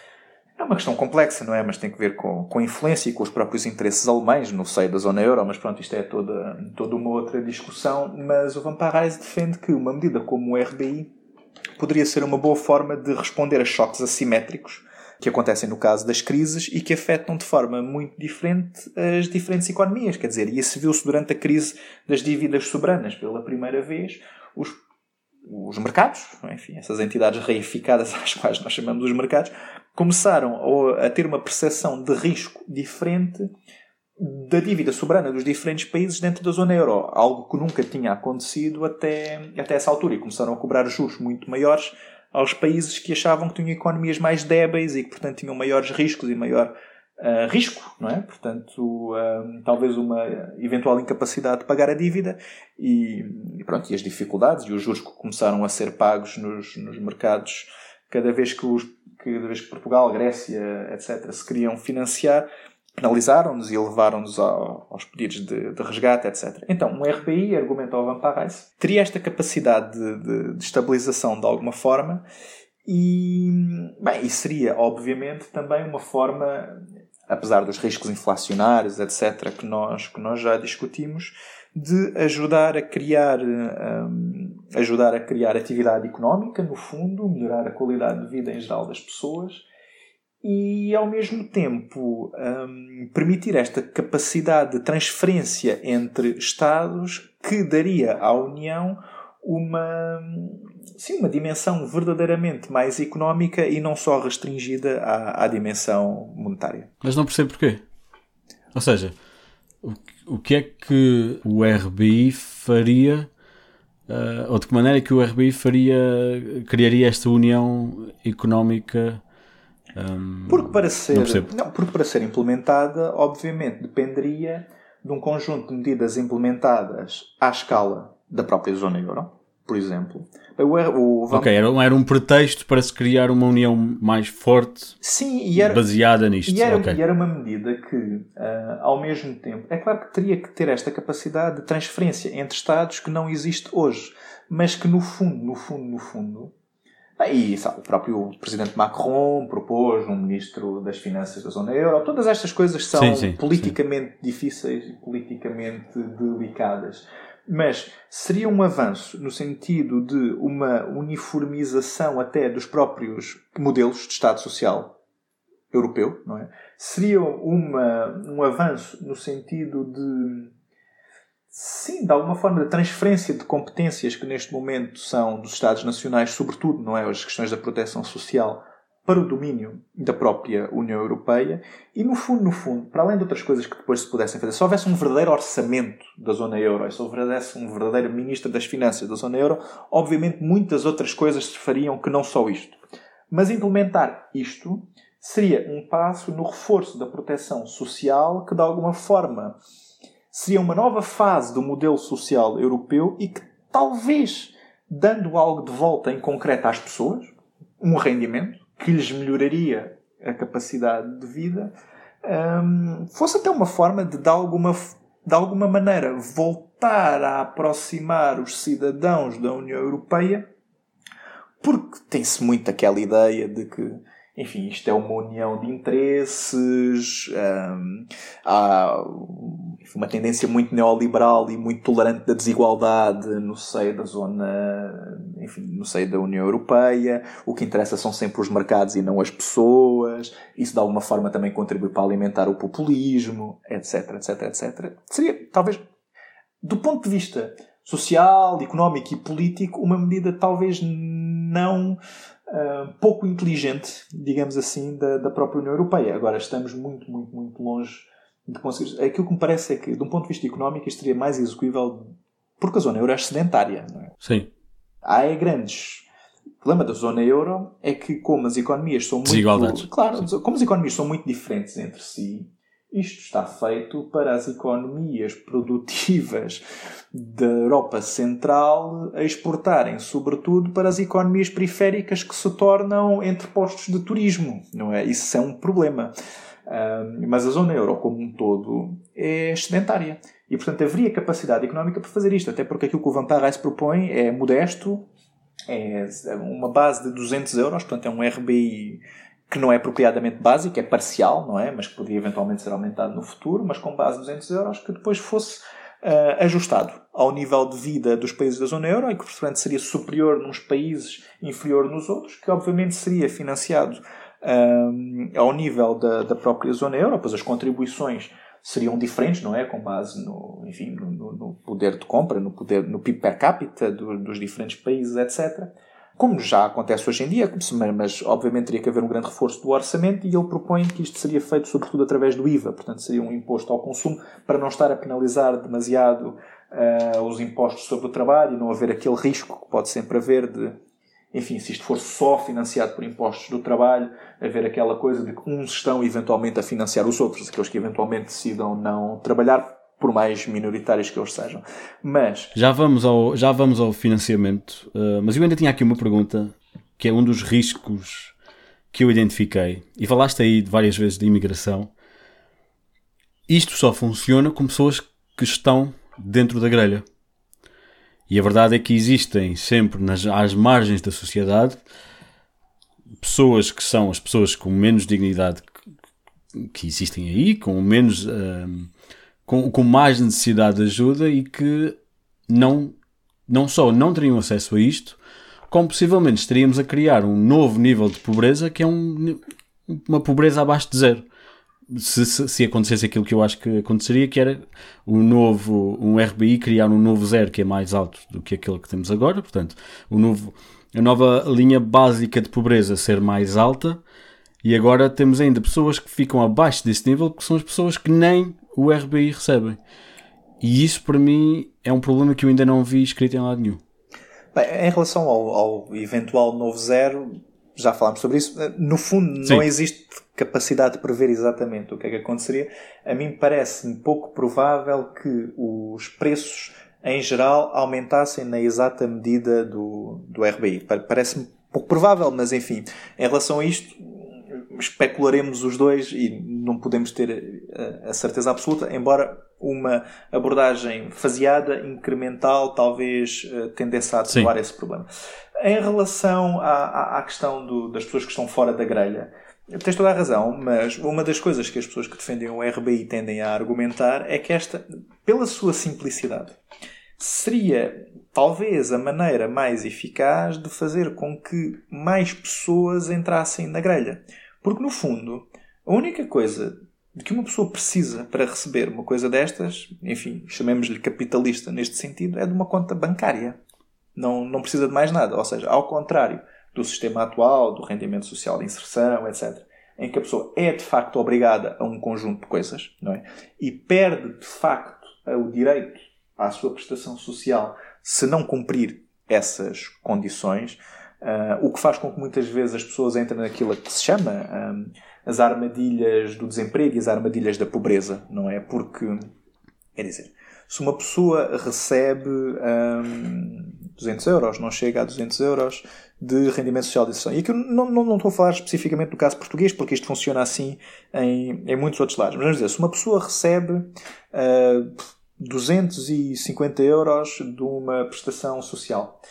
É uma questão complexa, não é? Mas tem que ver com, com a influência e com os próprios interesses alemães no seio da zona euro. Mas pronto, isto é toda, toda uma outra discussão. Mas o Van Parijs defende que uma medida como o R B I poderia ser uma boa forma de responder a choques assimétricos que acontecem no caso das crises e que afetam de forma muito diferente as diferentes economias. Quer dizer, e isso viu-se durante a crise das dívidas soberanas. Pela primeira vez, os os mercados, enfim, essas entidades reificadas às quais nós chamamos os mercados, começaram a ter uma percepção de risco diferente da dívida soberana dos diferentes países dentro da zona euro. Algo que nunca tinha acontecido até, até essa altura. E começaram a cobrar juros muito maiores aos países que achavam que tinham economias mais débeis e que, portanto, tinham maiores riscos e maior uh, risco, não é? Portanto, uh, talvez uma eventual incapacidade de pagar a dívida e, e, pronto, e as dificuldades e os juros que começaram a ser pagos nos, nos mercados cada vez que, os, cada vez que Portugal, Grécia, etcétera, se queriam financiar, penalizaram-nos e levaram-nos ao, aos pedidos de, de resgate, etcétera. Então, um R B I, argumenta o Van Parijs, teria esta capacidade de, de, de estabilização de alguma forma e, bem, e seria, obviamente, também uma forma, apesar dos riscos inflacionários, etcétera, que nós, que nós já discutimos, de ajudar a criar, um, ajudar a criar atividade económica, no fundo, melhorar a qualidade de vida em geral das pessoas e, ao mesmo tempo, um, permitir esta capacidade de transferência entre Estados que daria à União uma, sim, uma dimensão verdadeiramente mais económica e não só restringida à, à dimensão monetária. Mas não percebo porquê. Ou seja, o, o que é que o R B I faria, uh, ou de que maneira é que o R B I faria, criaria esta união económica? Um, porque, para ser, não não, porque para ser implementada, obviamente, dependeria de um conjunto de medidas implementadas à escala da própria zona euro, por exemplo. O, o, vamos... Ok, era, era um pretexto para se criar uma união mais forte. Sim, e era, baseada nisto. E era, okay. e era uma medida que, uh, ao mesmo tempo, é claro que teria que ter esta capacidade de transferência entre Estados que não existe hoje, mas que no fundo, no fundo, no fundo, e sabe, o próprio presidente Macron propôs um ministro das finanças da zona euro. Todas estas coisas são sim, sim, politicamente sim. difíceis e politicamente delicadas. Mas seria um avanço no sentido de uma uniformização até dos próprios modelos de Estado Social europeu, não é? Seria uma, um avanço no sentido de, sim, de alguma forma de transferência de competências que neste momento são dos Estados nacionais, sobretudo, não é, as questões da proteção social, para o domínio da própria União Europeia e, no fundo, no fundo, para além de outras coisas que depois se pudessem fazer, se houvesse um verdadeiro orçamento da zona euro, se houvesse um verdadeiro ministro das finanças da zona euro, obviamente muitas outras coisas se fariam que não só isto. Mas implementar isto seria um passo no reforço da proteção social que, de alguma forma, seria uma nova fase do modelo social europeu e que, talvez, dando algo de volta em concreto às pessoas, um rendimento, que lhes melhoraria a capacidade de vida, um, fosse até uma forma de, de, alguma, de alguma maneira, voltar a aproximar os cidadãos da União Europeia, porque tem-se muito aquela ideia de que, enfim, isto é uma união de interesses, um, há uma tendência muito neoliberal e muito tolerante da desigualdade no seio da zona, enfim, no seio da União Europeia. O que interessa são sempre os mercados e não as pessoas. Isso de alguma forma também contribui para alimentar o populismo, etc, etc, etcétera. Seria, talvez, do ponto de vista social, económico e político, uma medida talvez não uh, pouco inteligente, digamos assim, da, da própria União Europeia. Agora, estamos muito, muito, muito longe de conseguir. Aquilo que me parece é que, de um ponto de vista económico, isto seria mais execuível porque a zona euro é sedentária, não é? Sim. Há grandes... O problema da zona euro é que, como as economias são muito... Desigualdades. Claro, como as economias são muito diferentes entre si, isto está feito para as economias produtivas da Europa Central a exportarem, sobretudo, para as economias periféricas que se tornam entrepostos de turismo, não é? Isso é um problema. Um, mas a zona euro, como um todo, é sedentária. E, portanto, haveria capacidade económica para fazer isto, até porque aquilo que o Van Parijs propõe é modesto, é uma base de duzentos euros, portanto, é um R B I que não é apropriadamente básico, é parcial, não é? Mas que poderia eventualmente ser aumentado no futuro, mas com base de duzentos euros, que depois fosse uh, ajustado ao nível de vida dos países da zona euro e que, portanto, seria superior nos países, inferior nos outros, que obviamente seria financiado um, ao nível da, da própria zona euro, pois as contribuições seriam diferentes, não é? Com base no, enfim, no, no poder de compra, no, poder, no P I B per capita do, dos diferentes países, etcétera. Como já acontece hoje em dia, mas obviamente teria que haver um grande reforço do orçamento e ele propõe que isto seria feito sobretudo através do I V A, portanto seria um imposto ao consumo para não estar a penalizar demasiado uh, os impostos sobre o trabalho e não haver aquele risco que pode sempre haver de, enfim, se isto for só financiado por impostos do trabalho, haver aquela coisa de que uns estão eventualmente a financiar os outros, aqueles que eventualmente decidam não trabalhar, por mais minoritários que eles sejam. Mas... Já vamos ao, já vamos ao financiamento, uh, mas eu ainda tinha aqui uma pergunta, que é um dos riscos que eu identifiquei. E falaste aí várias vezes de imigração. Isto só funciona com pessoas que estão dentro da grelha. E a verdade é que existem sempre nas, às margens da sociedade pessoas que são as pessoas com menos dignidade que, que existem aí, com menos... Uh, Com, com mais necessidade de ajuda e que não, não só não teriam acesso a isto, como possivelmente estaríamos a criar um novo nível de pobreza que é um, uma pobreza abaixo de zero. Se, se, se acontecesse aquilo que eu acho que aconteceria, que era um novo, um R B I criar um novo zero que é mais alto do que aquele que temos agora, portanto, o novo, a nova linha básica de pobreza ser mais alta, e agora temos ainda pessoas que ficam abaixo desse nível, que são as pessoas que nem o R B I recebem. E isso, para mim, é um problema que eu ainda não vi escrito em lado nenhum. Bem, em relação ao, ao eventual novo zero, já falámos sobre isso. No fundo, Sim. Não existe capacidade de prever exatamente o que é que aconteceria. A mim parece-me pouco provável que os preços, em geral, aumentassem na exata medida do, do R B I. Parece-me pouco provável, mas enfim, em relação a isto, especularemos os dois e não podemos ter a, a certeza absoluta, embora uma abordagem faseada, incremental, talvez tendesse a atenuar esse problema. Em relação à, à, à questão do, das pessoas que estão fora da grelha, tens toda a razão, mas uma das coisas que as pessoas que defendem o R B I tendem a argumentar é que esta, pela sua simplicidade, seria talvez a maneira mais eficaz de fazer com que mais pessoas entrassem na grelha. Porque, no fundo, a única coisa de que uma pessoa precisa para receber uma coisa destas, enfim, chamemos-lhe capitalista neste sentido, é de uma conta bancária. Não, não precisa de mais nada. Ou seja, ao contrário do sistema atual, do rendimento social de inserção, etcétera, em que a pessoa é, de facto, obrigada a um conjunto de coisas, não é? E perde, de facto, o direito à sua prestação social se não cumprir essas condições, uh, o que faz com que muitas vezes as pessoas entrem naquilo que se chama um, as armadilhas do desemprego e as armadilhas da pobreza, não é? Porque, quer dizer, se uma pessoa recebe um, duzentos euros, não chega a duzentos euros de rendimento social de inserção, e aqui eu não, não, não estou a falar especificamente do caso português, porque isto funciona assim em, em muitos outros lados, mas vamos dizer, se uma pessoa recebe uh, duzentos e cinquenta euros de uma prestação social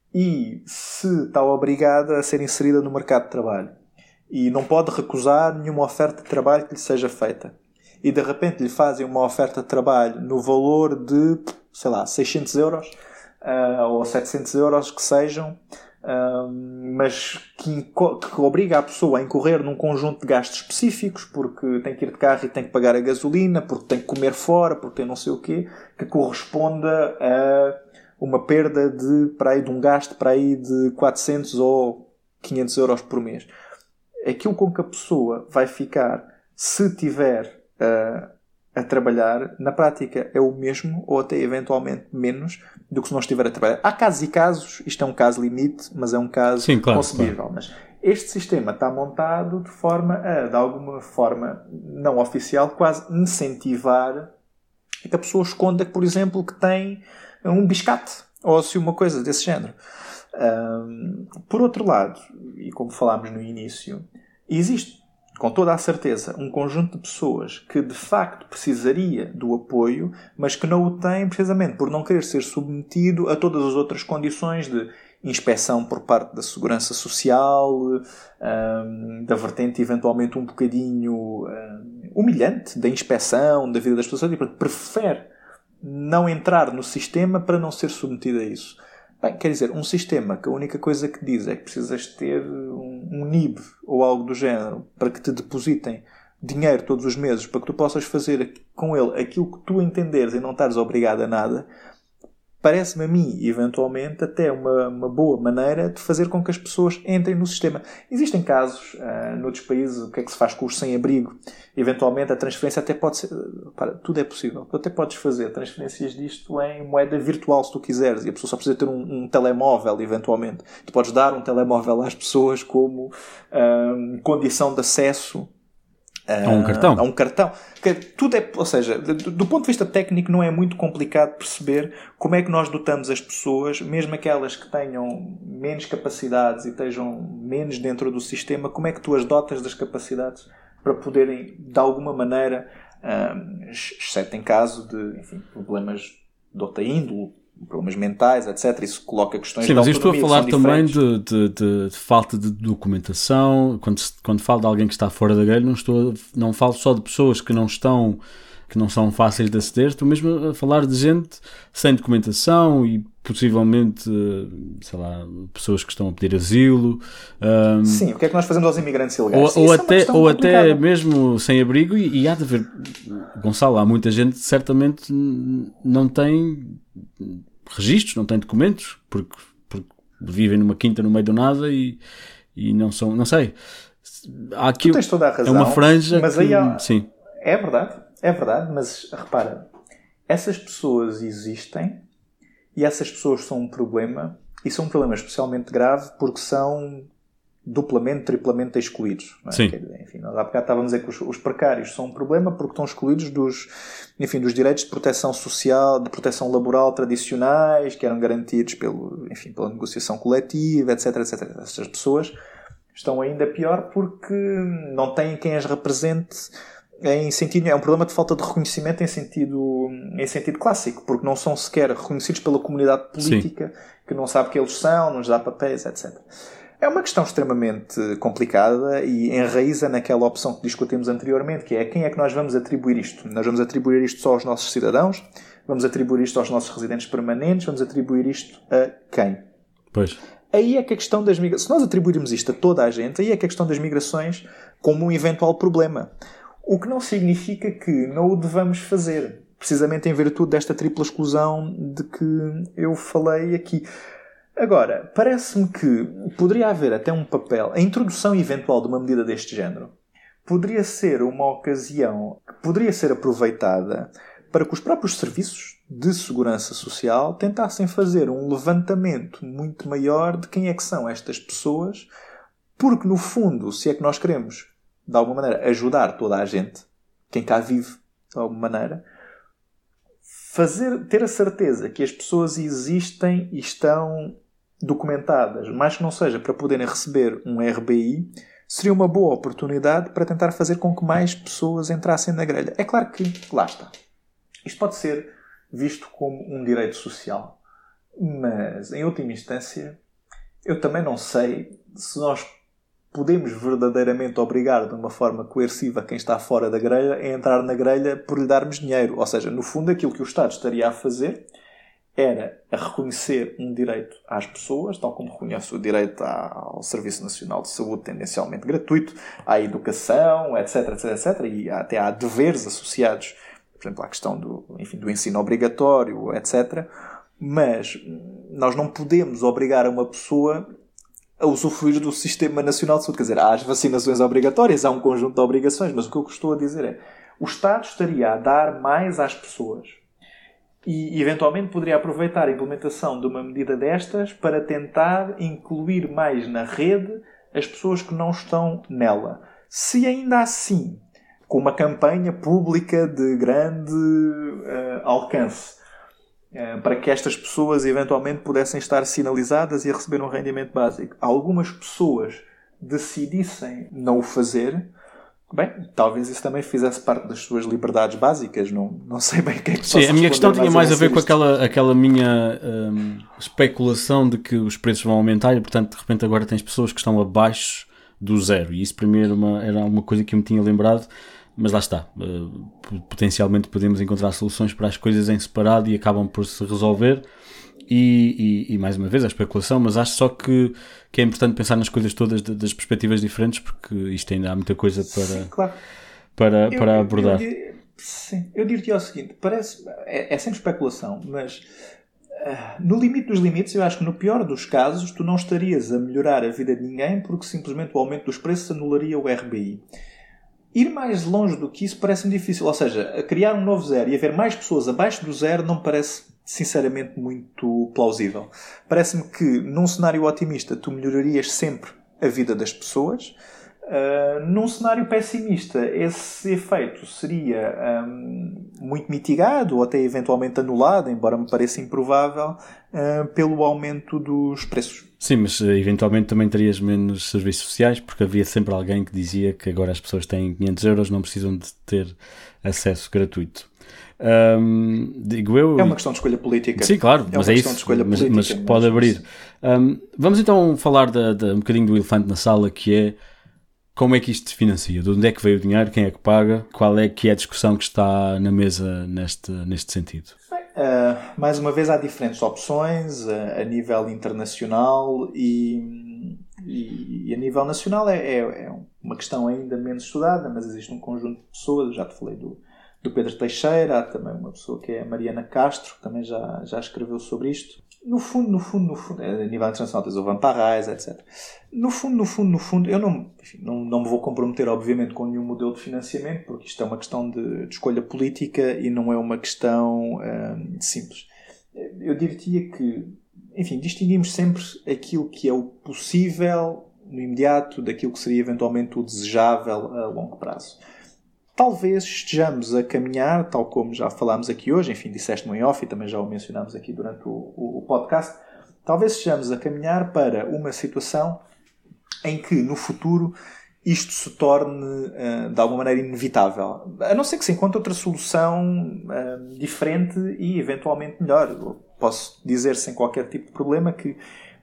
e se está obrigada a ser inserida no mercado de trabalho e não pode recusar nenhuma oferta de trabalho que lhe seja feita, e de repente lhe fazem uma oferta de trabalho no valor de, sei lá, seiscentos euros uh, ou setecentos euros que sejam, uh, mas que, que obriga a pessoa a incorrer num conjunto de gastos específicos, porque tem que ir de carro e tem que pagar a gasolina, porque tem que comer fora, porque tem não sei o quê, que corresponda a uma perda de, para aí, de um gasto para aí de quatrocentos ou quinhentos euros por mês. Aquilo com que a pessoa vai ficar se tiver uh, a trabalhar, na prática é o mesmo ou até eventualmente menos do que se não estiver a trabalhar. Há casos e casos, isto é um caso limite, mas é um caso Sim, claro, concebível. Claro. Mas este sistema está montado de forma a, de alguma forma não oficial, quase incentivar que a pessoa esconda, por exemplo, que tem um biscate ou se uma coisa desse género. Um, por outro lado, e como falámos no início, existe com toda a certeza um conjunto de pessoas que de facto precisaria do apoio, mas que não o tem precisamente por não querer ser submetido a todas as outras condições de inspeção por parte da Segurança Social, um, da vertente eventualmente um bocadinho um, humilhante da inspeção da vida das pessoas, e prefere não entrar no sistema para não ser submetido a isso. Bem, quer dizer, um sistema que a única coisa que diz é que precisas ter um, um N I B ou algo do género para que te depositem dinheiro todos os meses para que tu possas fazer com ele aquilo que tu entenderes e não estares obrigado a nada, parece-me a mim, eventualmente, até uma, uma boa maneira de fazer com que as pessoas entrem no sistema. Existem casos, uh, noutros países, o que é que se faz com os sem-abrigo? Eventualmente a transferência até pode ser... Para, tudo é possível. Tu até podes fazer transferências disto em moeda virtual, se tu quiseres, e a pessoa só precisa ter um, um telemóvel, eventualmente. Tu podes dar um telemóvel às pessoas como uh, condição de acesso a um cartão. A um cartão. Tudo é, ou seja, do, do ponto de vista técnico não é muito complicado perceber como é que nós dotamos as pessoas, mesmo aquelas que tenham menos capacidades e estejam menos dentro do sistema, como é que tu as dotas das capacidades para poderem, de alguma maneira, um, exceto em caso de, enfim, problemas de outra índole, problemas mentais, etcétera. Isso coloca questões Sim, de autonomia. Sim, mas eu estou a falar também de, de, de, de falta de documentação. Quando, quando falo de alguém que está fora da grelha, não, estou, não falo só de pessoas que não estão, que não são fáceis de aceder. Estou mesmo a falar de gente sem documentação e possivelmente, sei lá, pessoas que estão a pedir asilo. Um, Sim, o que é que nós fazemos aos imigrantes ilegais? Ou, Sim, ou é até, ou até mesmo sem abrigo, e, e há de haver, Gonçalo, há muita gente que certamente não tem registros, não tem documentos, porque, porque vivem numa quinta no meio do nada e, e não são, não sei. Há aqui, tu tens toda a razão, é uma franja mas que, aí há, sim. É verdade, é verdade, mas repara, essas pessoas existem e essas pessoas são um problema, e são um problema especialmente grave porque são duplamente, triplamente excluídos. Não é? Sim. Enfim, nós há bocado estávamos a dizer que os, os precários são um problema porque estão excluídos dos, enfim, dos direitos de proteção social, de proteção laboral tradicionais, que eram garantidos pelo, enfim, pela negociação coletiva, etc, etcétera. Essas pessoas estão ainda pior porque não têm quem as represente em sentido... É um problema de falta de reconhecimento em sentido, em sentido clássico, porque não são sequer reconhecidos pela comunidade política, sim, que não sabe quem eles são, não lhes dá papéis, etcétera. É uma questão extremamente complicada e enraiza naquela opção que discutimos anteriormente, que é a quem é que nós vamos atribuir isto. Nós vamos atribuir isto só aos nossos cidadãos? Vamos atribuir isto aos nossos residentes permanentes? Vamos atribuir isto a quem? Pois. Aí é que a questão das migrações... Se nós atribuirmos isto a toda a gente, aí é que a questão das migrações como um eventual problema. O que não significa que não o devamos fazer, precisamente em virtude desta tripla exclusão de que eu falei aqui. Agora, parece-me que poderia haver até um papel, a introdução eventual de uma medida deste género, poderia ser uma ocasião que poderia ser aproveitada para que os próprios serviços de segurança social tentassem fazer um levantamento muito maior de quem é que são estas pessoas, porque, no fundo, se é que nós queremos, de alguma maneira, ajudar toda a gente, quem cá vive, de alguma maneira, fazer, ter a certeza que as pessoas existem e estão documentadas, mais que não seja para poderem receber um R B I, seria uma boa oportunidade para tentar fazer com que mais pessoas entrassem na grelha. É claro que, lá está, isto pode ser visto como um direito social, mas, em última instância, eu também não sei se nós podemos verdadeiramente obrigar de uma forma coerciva quem está fora da grelha a entrar na grelha por lhe darmos dinheiro. Ou seja, no fundo, aquilo que o Estado estaria a fazer era a reconhecer um direito às pessoas, tal como reconhece o direito ao Serviço Nacional de Saúde, tendencialmente gratuito, à educação, etc, etc, etcétera. E até há deveres associados, por exemplo, à questão do, enfim, do ensino obrigatório, etcétera. Mas nós não podemos obrigar a uma pessoa a usufruir do Sistema Nacional de Saúde. Quer dizer, há as vacinações obrigatórias, há um conjunto de obrigações, mas o que eu estou a dizer é o Estado estaria a dar mais às pessoas e, eventualmente, poderia aproveitar a implementação de uma medida destas para tentar incluir mais na rede as pessoas que não estão nela. Se ainda assim, com uma campanha pública de grande uh, alcance, para que estas pessoas eventualmente pudessem estar sinalizadas e a receber um rendimento básico. Algumas pessoas decidissem não o fazer, bem, talvez isso também fizesse parte das suas liberdades básicas, não, não sei bem o que é que Sim, a minha questão tinha mais a ver com isto. aquela, aquela minha hum, especulação de que os preços vão aumentar e, portanto, de repente agora tens pessoas que estão abaixo do zero, e isso para mim era uma, era uma coisa que eu me tinha lembrado. Mas lá está, uh, potencialmente podemos encontrar soluções para as coisas em separado e acabam por se resolver e, e, e mais uma vez a especulação, mas acho só que, que é importante pensar nas coisas todas de, das perspectivas diferentes, porque isto ainda há muita coisa para, sim, claro. para, eu, para abordar. Eu, eu, sim, eu diria o seguinte, parece, é, é sempre especulação, mas uh, no limite dos limites eu acho que no pior dos casos tu não estarias a melhorar a vida de ninguém porque simplesmente o aumento dos preços anularia o R B I. Ir mais longe do que isso parece-me difícil. Ou seja, criar um novo zero e haver mais pessoas abaixo do zero não me parece, sinceramente, muito plausível. Parece-me que, num cenário otimista, tu melhorarias sempre a vida das pessoas. Uh, num cenário pessimista, esse efeito seria um, muito mitigado ou até eventualmente anulado, embora me pareça improvável, uh, pelo aumento dos preços. Sim, mas eventualmente também terias menos serviços sociais, porque havia sempre alguém que dizia que agora as pessoas têm quinhentos euros, não precisam de ter acesso gratuito. Um, digo eu... É uma questão de escolha política. Sim, claro, é mas é isso, mas, mas pode abrir. Um, vamos então falar da, da, um bocadinho do elefante na sala, que é como é que isto se financia, de onde é que veio o dinheiro, quem é que paga, qual é que é a discussão que está na mesa neste, neste sentido? Bem, Uh, mais uma vez, há diferentes opções uh, a nível internacional e, e, e a nível nacional é, é, é uma questão ainda menos estudada, mas existe um conjunto de pessoas, já te falei do, do Pedro Teixeira, há também uma pessoa que é a Mariana Castro, que também já, já escreveu sobre isto. No fundo, no fundo, no fundo, a nível internacional tens o Van Parrais, etcétera. No fundo, no fundo, no fundo, eu não, enfim, não, não me vou comprometer, obviamente, com nenhum modelo de financiamento, porque isto é uma questão de, de escolha política e não é uma questão hum, simples. Eu diria que, enfim, distinguimos sempre aquilo que é o possível no imediato daquilo que seria eventualmente o desejável a longo prazo. Talvez estejamos a caminhar, tal como já falámos aqui hoje, enfim, disseste no off e também já o mencionámos aqui durante o, o, o podcast, talvez estejamos a caminhar para uma situação em que, no futuro, isto se torne, uh, de alguma maneira, inevitável. A não ser que se encontre outra solução uh, diferente e, eventualmente, melhor. Eu posso dizer sem qualquer tipo de problema que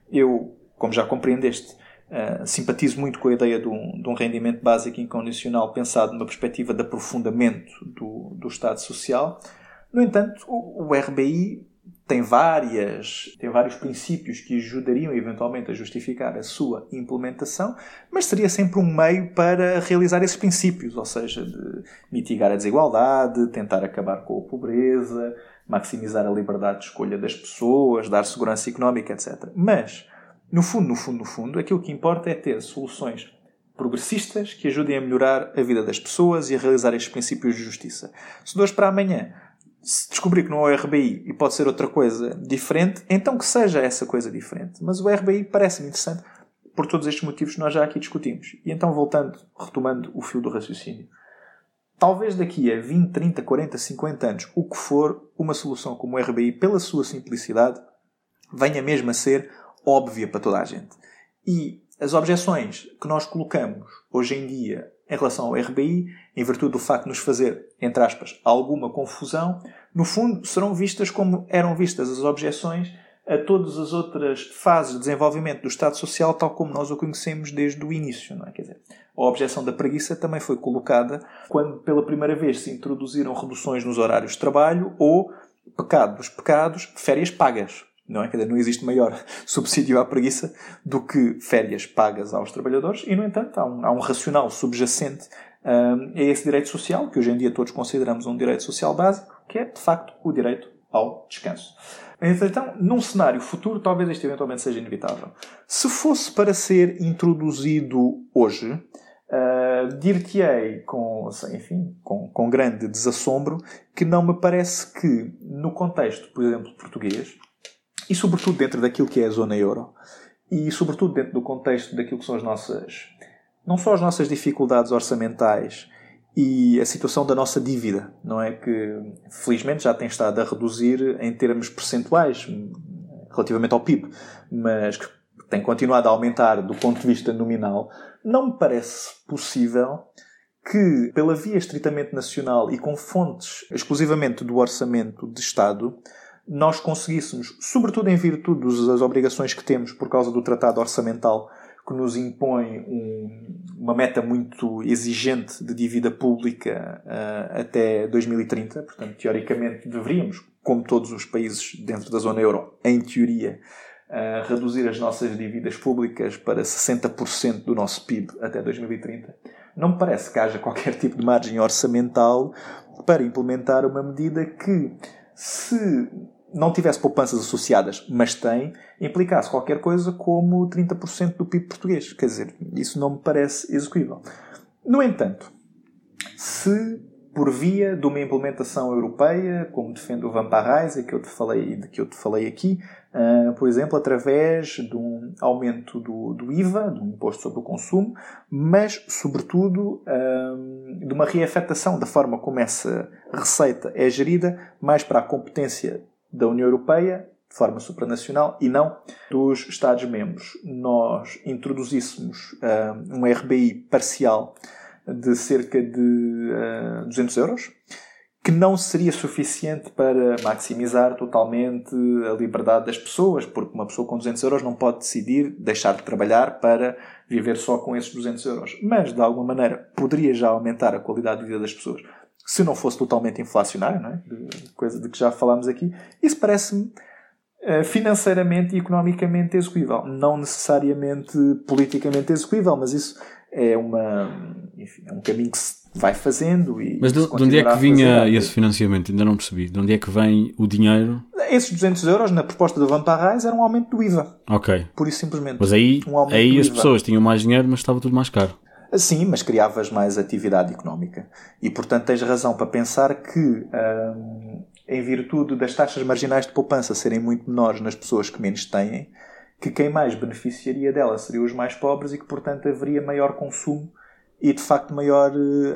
eu, como já compreendeste, Uh, simpatizo muito com a ideia de um, de um rendimento básico incondicional pensado numa perspectiva de aprofundamento do, do Estado Social. No entanto, o, o R B I tem, várias, tem vários princípios que ajudariam eventualmente a justificar a sua implementação, mas seria sempre um meio para realizar esses princípios, ou seja, de mitigar a desigualdade, tentar acabar com a pobreza, maximizar a liberdade de escolha das pessoas, dar segurança económica, etcétera. Mas, no fundo, no fundo, no fundo, aquilo que importa é ter soluções progressistas que ajudem a melhorar a vida das pessoas e a realizar estes princípios de justiça. Se de hoje para amanhã se descobrir que não é o R B I e pode ser outra coisa diferente, então que seja essa coisa diferente. Mas o R B I parece-me interessante por todos estes motivos que nós já aqui discutimos. E então, voltando, retomando o fio do raciocínio, talvez daqui a vinte, trinta, quarenta, cinquenta anos, o que for, uma solução como o R B I, pela sua simplicidade, venha mesmo a ser óbvia para toda a gente. E as objeções que nós colocamos hoje em dia em relação ao R B I, em virtude do facto de nos fazer, entre aspas, alguma confusão, no fundo serão vistas como eram vistas as objeções a todas as outras fases de desenvolvimento do Estado Social, tal como nós o conhecemos desde o início, não é? Quer dizer, a objeção da preguiça também foi colocada quando pela primeira vez se introduziram reduções nos horários de trabalho ou, pecado dos pecados, férias pagas. Não é? Quer dizer, não existe maior subsídio à preguiça do que férias pagas aos trabalhadores e, no entanto, há um, há um racional subjacente um, a esse direito social, que hoje em dia todos consideramos um direito social básico, que é, de facto, o direito ao descanso. Então, num cenário futuro, talvez isto eventualmente seja inevitável. Se fosse para ser introduzido hoje, uh, dir-te-ei com, enfim, com, com grande desassombro que não me parece que, no contexto, por exemplo, português, e sobretudo dentro daquilo que é a zona euro, e sobretudo dentro do contexto daquilo que são as nossas, não só as nossas dificuldades orçamentais e a situação da nossa dívida, não é? Que felizmente já tem estado a reduzir em termos percentuais relativamente ao P I B, mas que tem continuado a aumentar do ponto de vista nominal, não me parece possível que, pela via estritamente nacional e com fontes exclusivamente do orçamento de Estado, nós conseguíssemos, sobretudo em virtude das obrigações que temos por causa do Tratado Orçamental, que nos impõe um, uma meta muito exigente de dívida pública uh, até dois mil e trinta. Portanto, teoricamente, deveríamos, como todos os países dentro da zona euro, em teoria, uh, reduzir as nossas dívidas públicas para sessenta por cento do nosso P I B até dois mil e trinta. Não me parece que haja qualquer tipo de margem orçamental para implementar uma medida que, se não tivesse poupanças associadas, mas tem, implicasse qualquer coisa como trinta por cento do P I B português. Quer dizer, isso não me parece execuível. No entanto, se por via de uma implementação europeia, como defende o Van Parrais, de que eu te falei, de que eu te falei aqui, uh, por exemplo, através de um aumento do, do I V A, do Imposto sobre o Consumo, mas, sobretudo, uh, de uma reafetação da forma como essa receita é gerida, mais para a competência da União Europeia, de forma supranacional, e não dos Estados-membros. Nós introduzíssemos uh, um R B I parcial de cerca de uh, duzentos euros, que não seria suficiente para maximizar totalmente a liberdade das pessoas, porque uma pessoa com duzentos euros não pode decidir deixar de trabalhar para viver só com esses duzentos euros. Mas, de alguma maneira, poderia já aumentar a qualidade de vida das pessoas, se não fosse totalmente inflacionário, não é? De, coisa de que já falámos aqui, isso parece-me uh, financeiramente e economicamente execuível. Não necessariamente politicamente execuível, mas isso é, uma, enfim, é um caminho que se vai fazendo. E mas de, de onde é que vinha esse financiamento? Ainda não percebi. De onde é que vem o dinheiro? Esses duzentos euros, na proposta do Van Parrais, era um aumento do I V A. Ok. Por isso, simplesmente. Mas aí, um aí as pessoas tinham mais dinheiro, mas estava tudo mais caro. Sim, mas criavas mais atividade económica. E, portanto, tens razão para pensar que, hum, em virtude das taxas marginais de poupança serem muito menores nas pessoas que menos têm, que quem mais beneficiaria dela seriam os mais pobres e que, portanto, haveria maior consumo e, de facto, maior,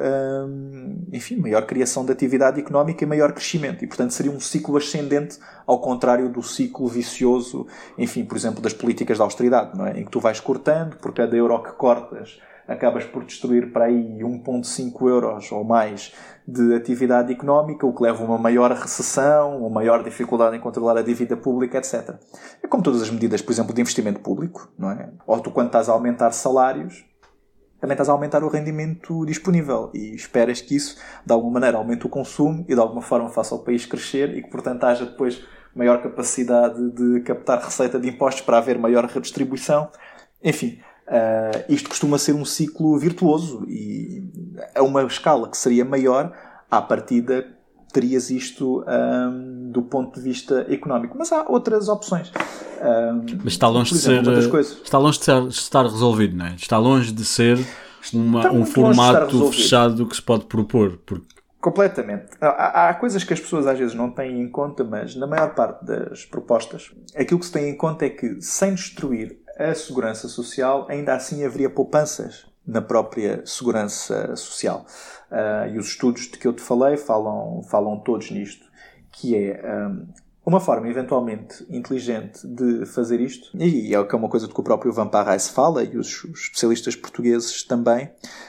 hum, enfim, maior criação de atividade económica e maior crescimento. E, portanto, seria um ciclo ascendente, ao contrário do ciclo vicioso, enfim, por exemplo, das políticas de austeridade, não é? Em que tu vais cortando, por cada euro que cortas, acabas por destruir para aí um vírgula cinco euros ou mais de atividade económica, o que leva a uma maior recessão, uma maior dificuldade em controlar a dívida pública, etcétera. É como todas as medidas, por exemplo, de investimento público, não é? Ou tu, quando estás a aumentar salários, também estás a aumentar o rendimento disponível e esperas que isso, de alguma maneira, aumente o consumo e, de alguma forma, faça o país crescer e que, portanto, haja depois maior capacidade de captar receita de impostos para haver maior redistribuição. Enfim, uh, isto costuma ser um ciclo virtuoso e a uma escala que seria maior, à partida, terias isto um, do ponto de vista económico. Mas há outras opções. Um, Mas está longe, exemplo, de ser, está longe de, ser, de estar resolvido, não é? Está longe de ser uma, um formato fechado que se pode propor. Porque... Completamente. Há, há coisas que as pessoas às vezes não têm em conta, mas na maior parte das propostas, aquilo que se tem em conta é que, sem destruir a segurança social, ainda assim haveria poupanças na própria segurança social. Uh, e os estudos de que eu te falei falam, falam todos nisto, que é um, uma forma eventualmente inteligente de fazer isto, e é uma coisa de que o próprio Van Parrais fala, e os, os especialistas portugueses também.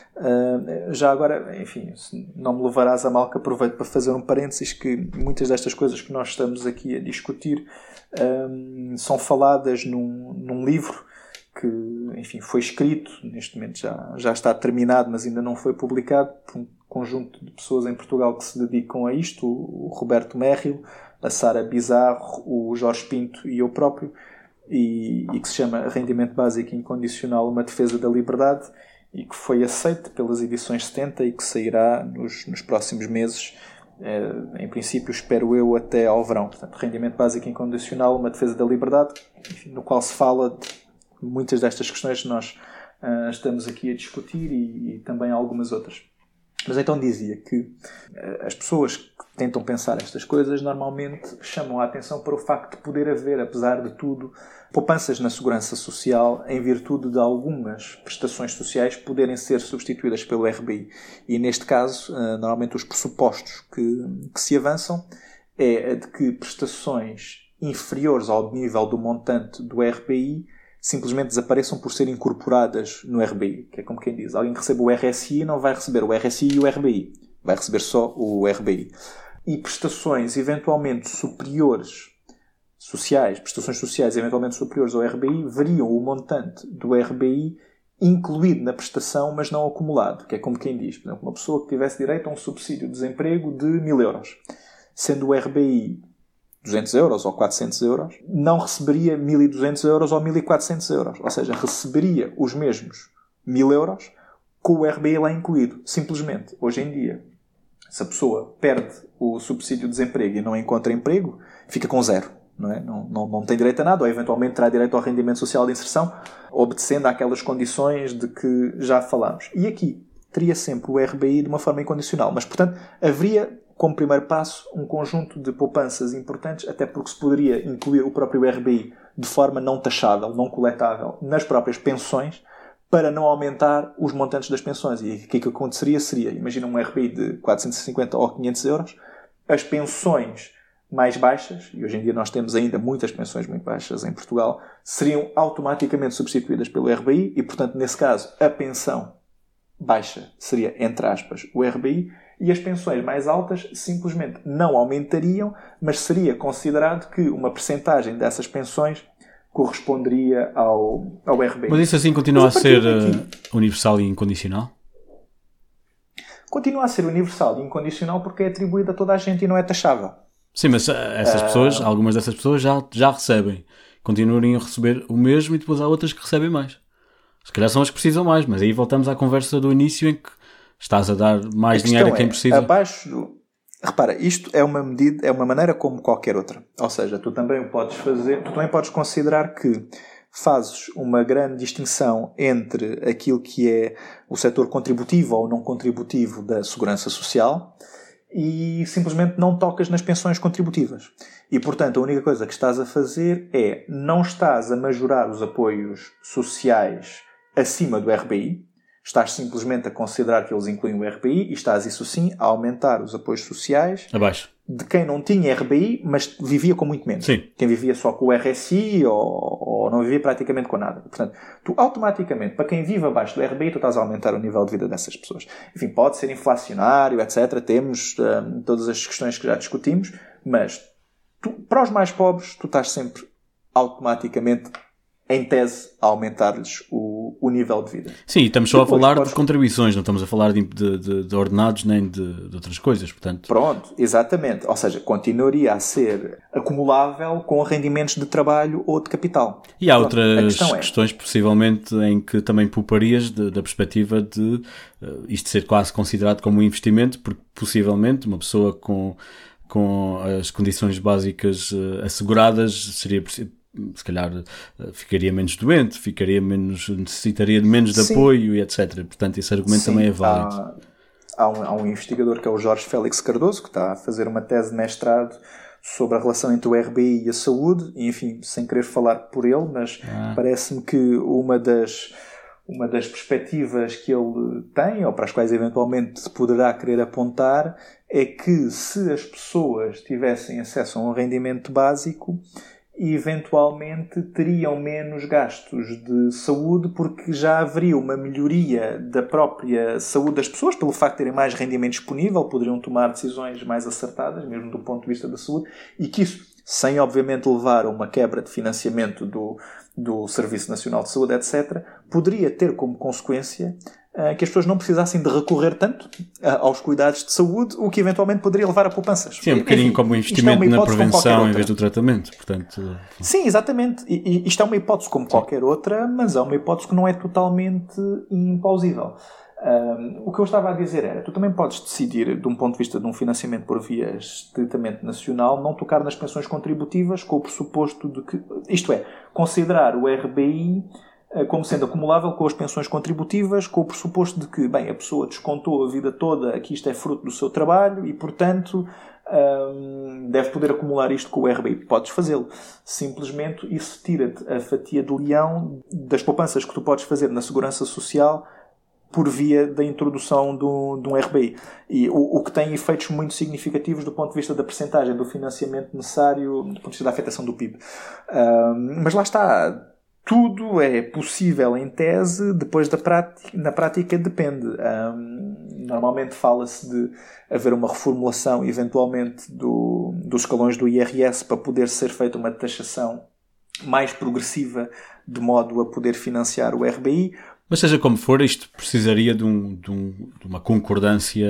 Uh, já agora, enfim, não me levarás a mal que aproveito para fazer um parênteses, que muitas destas coisas que nós estamos aqui a discutir um, são faladas num, num livro que, enfim, foi escrito, neste momento já, já está terminado, mas ainda não foi publicado, por um conjunto de pessoas em Portugal que se dedicam a isto, o Roberto Mérril, a Sara Bizarro, o Jorge Pinto e eu próprio, e, e que se chama Rendimento Básico Incondicional, uma defesa da liberdade, e que foi aceito pelas edições setenta e que sairá nos, nos próximos meses, eh, em princípio, espero eu, até ao verão. Portanto, Rendimento Básico Incondicional, uma defesa da liberdade, enfim, no qual se fala de muitas destas questões que nós uh, estamos aqui a discutir e, e também algumas outras. Mas então dizia que uh, as pessoas que tentam pensar estas coisas normalmente chamam a atenção para o facto de poder haver, apesar de tudo, poupanças na segurança social em virtude de algumas prestações sociais poderem ser substituídas pelo R B I. E neste caso, uh, normalmente os pressupostos que, que se avançam é de que prestações inferiores ao nível do montante do R B I simplesmente desapareçam por serem incorporadas no R B I. Que é como quem diz, alguém que recebe o R S I não vai receber o R S I e o R B I. Vai receber só o R B I. E prestações eventualmente superiores, sociais, prestações sociais eventualmente superiores ao R B I, veriam o montante do R B I incluído na prestação, mas não acumulado. Que é como quem diz, por exemplo, uma pessoa que tivesse direito a um subsídio de desemprego de mil euros, sendo o R B I duzentos euros ou quatrocentos euros, não receberia mil e duzentos euros ou mil e quatrocentos euros. Ou seja, receberia os mesmos mil euros com o R B I lá incluído. Simplesmente, hoje em dia, se a pessoa perde o subsídio de desemprego e não encontra emprego, fica com zero. Não, é? não, não, não tem direito a nada, ou eventualmente terá direito ao rendimento social de inserção, obedecendo àquelas condições de que já falámos. E aqui teria sempre o R B I de uma forma incondicional. Mas, portanto, haveria, como primeiro passo, um conjunto de poupanças importantes, até porque se poderia incluir o próprio R B I de forma não taxável, não coletável, nas próprias pensões, para não aumentar os montantes das pensões. E o que, que aconteceria seria, imagina um R B I de quatrocentos e cinquenta ou quinhentos euros, as pensões mais baixas, e hoje em dia nós temos ainda muitas pensões muito baixas em Portugal, seriam automaticamente substituídas pelo R B I e, portanto, nesse caso, a pensão baixa seria, entre aspas, o R B I, e as pensões mais altas simplesmente não aumentariam, mas seria considerado que uma percentagem dessas pensões corresponderia ao, ao R B I. Mas isso assim continua a ser aqui, universal e incondicional? continua a ser universal e incondicional porque é atribuído a toda a gente e não é taxável. Sim, mas essas uh... pessoas, algumas dessas pessoas já, já recebem. Continuarem a receber o mesmo e depois há outras que recebem mais. Se calhar são as que precisam mais, mas aí voltamos à conversa do início em que estás a dar mais a dinheiro a quem é, precisa. Abaixo do... Repara, isto é uma medida, é uma maneira como qualquer outra. Ou seja, tu também podes fazer, tu também podes considerar que fazes uma grande distinção entre aquilo que é o setor contributivo ou não contributivo da segurança social e simplesmente não tocas nas pensões contributivas. E, portanto, a única coisa que estás a fazer é não estás a majorar os apoios sociais acima do R B I, estás simplesmente a considerar que eles incluem o R B I e estás, isso sim, a aumentar os apoios sociais abaixo de quem não tinha R B I, mas vivia com muito menos. Sim. Quem vivia só com o R S I ou, ou não vivia praticamente com nada. Portanto, tu automaticamente, para quem vive abaixo do R B I, tu estás a aumentar o nível de vida dessas pessoas. Enfim, pode ser inflacionário, etcétera. Temos um, todas as questões que já discutimos, mas tu, para os mais pobres, tu estás sempre automaticamente, em tese, a aumentar-lhes o, o nível de vida. Sim, e estamos só Depois, a falar podes... de contribuições, não estamos a falar de, de, de ordenados nem de, de outras coisas, portanto... Pronto, exatamente. Ou seja, continuaria a ser acumulável com rendimentos de trabalho ou de capital. E há Pronto, outras questões, é... possivelmente, em que também pouparias de, da perspectiva de uh, isto ser quase considerado como um investimento, porque possivelmente uma pessoa com, com as condições básicas uh, asseguradas seria... se calhar ficaria menos doente, ficaria menos, necessitaria de menos de Sim. apoio e etcétera. Portanto, esse argumento Sim, também é válido. Há, há, um, há um investigador que é o Jorge Félix Cardoso, que está a fazer uma tese de mestrado sobre a relação entre o R B I e a saúde, e enfim, sem querer falar por ele, mas ah. parece-me que uma das, uma das perspectivas que ele tem, ou para as quais eventualmente poderá querer apontar, é que se as pessoas tivessem acesso a um rendimento básico, e eventualmente teriam menos gastos de saúde porque já haveria uma melhoria da própria saúde das pessoas pelo facto de terem mais rendimento disponível, poderiam tomar decisões mais acertadas, mesmo do ponto de vista da saúde, e que isso, sem obviamente levar a uma quebra de financiamento do, do Serviço Nacional de Saúde, etcétera, poderia ter como consequência uh, que as pessoas não precisassem de recorrer tanto uh, aos cuidados de saúde, o que eventualmente poderia levar a poupanças. Sim, um bocadinho Enfim, como um investimento é na prevenção em vez do tratamento. Portanto... Sim, exatamente. E, e isto é uma hipótese como Sim. qualquer outra, mas é uma hipótese que não é totalmente implausível. Um, o que eu estava a dizer era, tu também podes decidir, de um ponto de vista de um financiamento por via estritamente nacional, não tocar nas pensões contributivas com o pressuposto de que, isto é, considerar o R B I uh, como sendo acumulável com as pensões contributivas, com o pressuposto de que, bem, a pessoa descontou a vida toda, que isto é fruto do seu trabalho e, portanto, um, deve poder acumular isto com o R B I. Podes fazê-lo. Simplesmente isso tira-te a fatia de leão das poupanças que tu podes fazer na segurança social por via da introdução de um, de um R B I. E o, o que tem efeitos muito significativos do ponto de vista da percentagem do financiamento necessário, do ponto de vista da afetação do P I B. Um, mas lá está. Tudo é possível em tese, depois da prática, na prática depende. Um, normalmente fala-se de haver uma reformulação, eventualmente, do, dos escalões do I R S para poder ser feita uma taxação mais progressiva, de modo a poder financiar o R B I. Mas seja como for, isto precisaria de, um, de, um, de uma concordância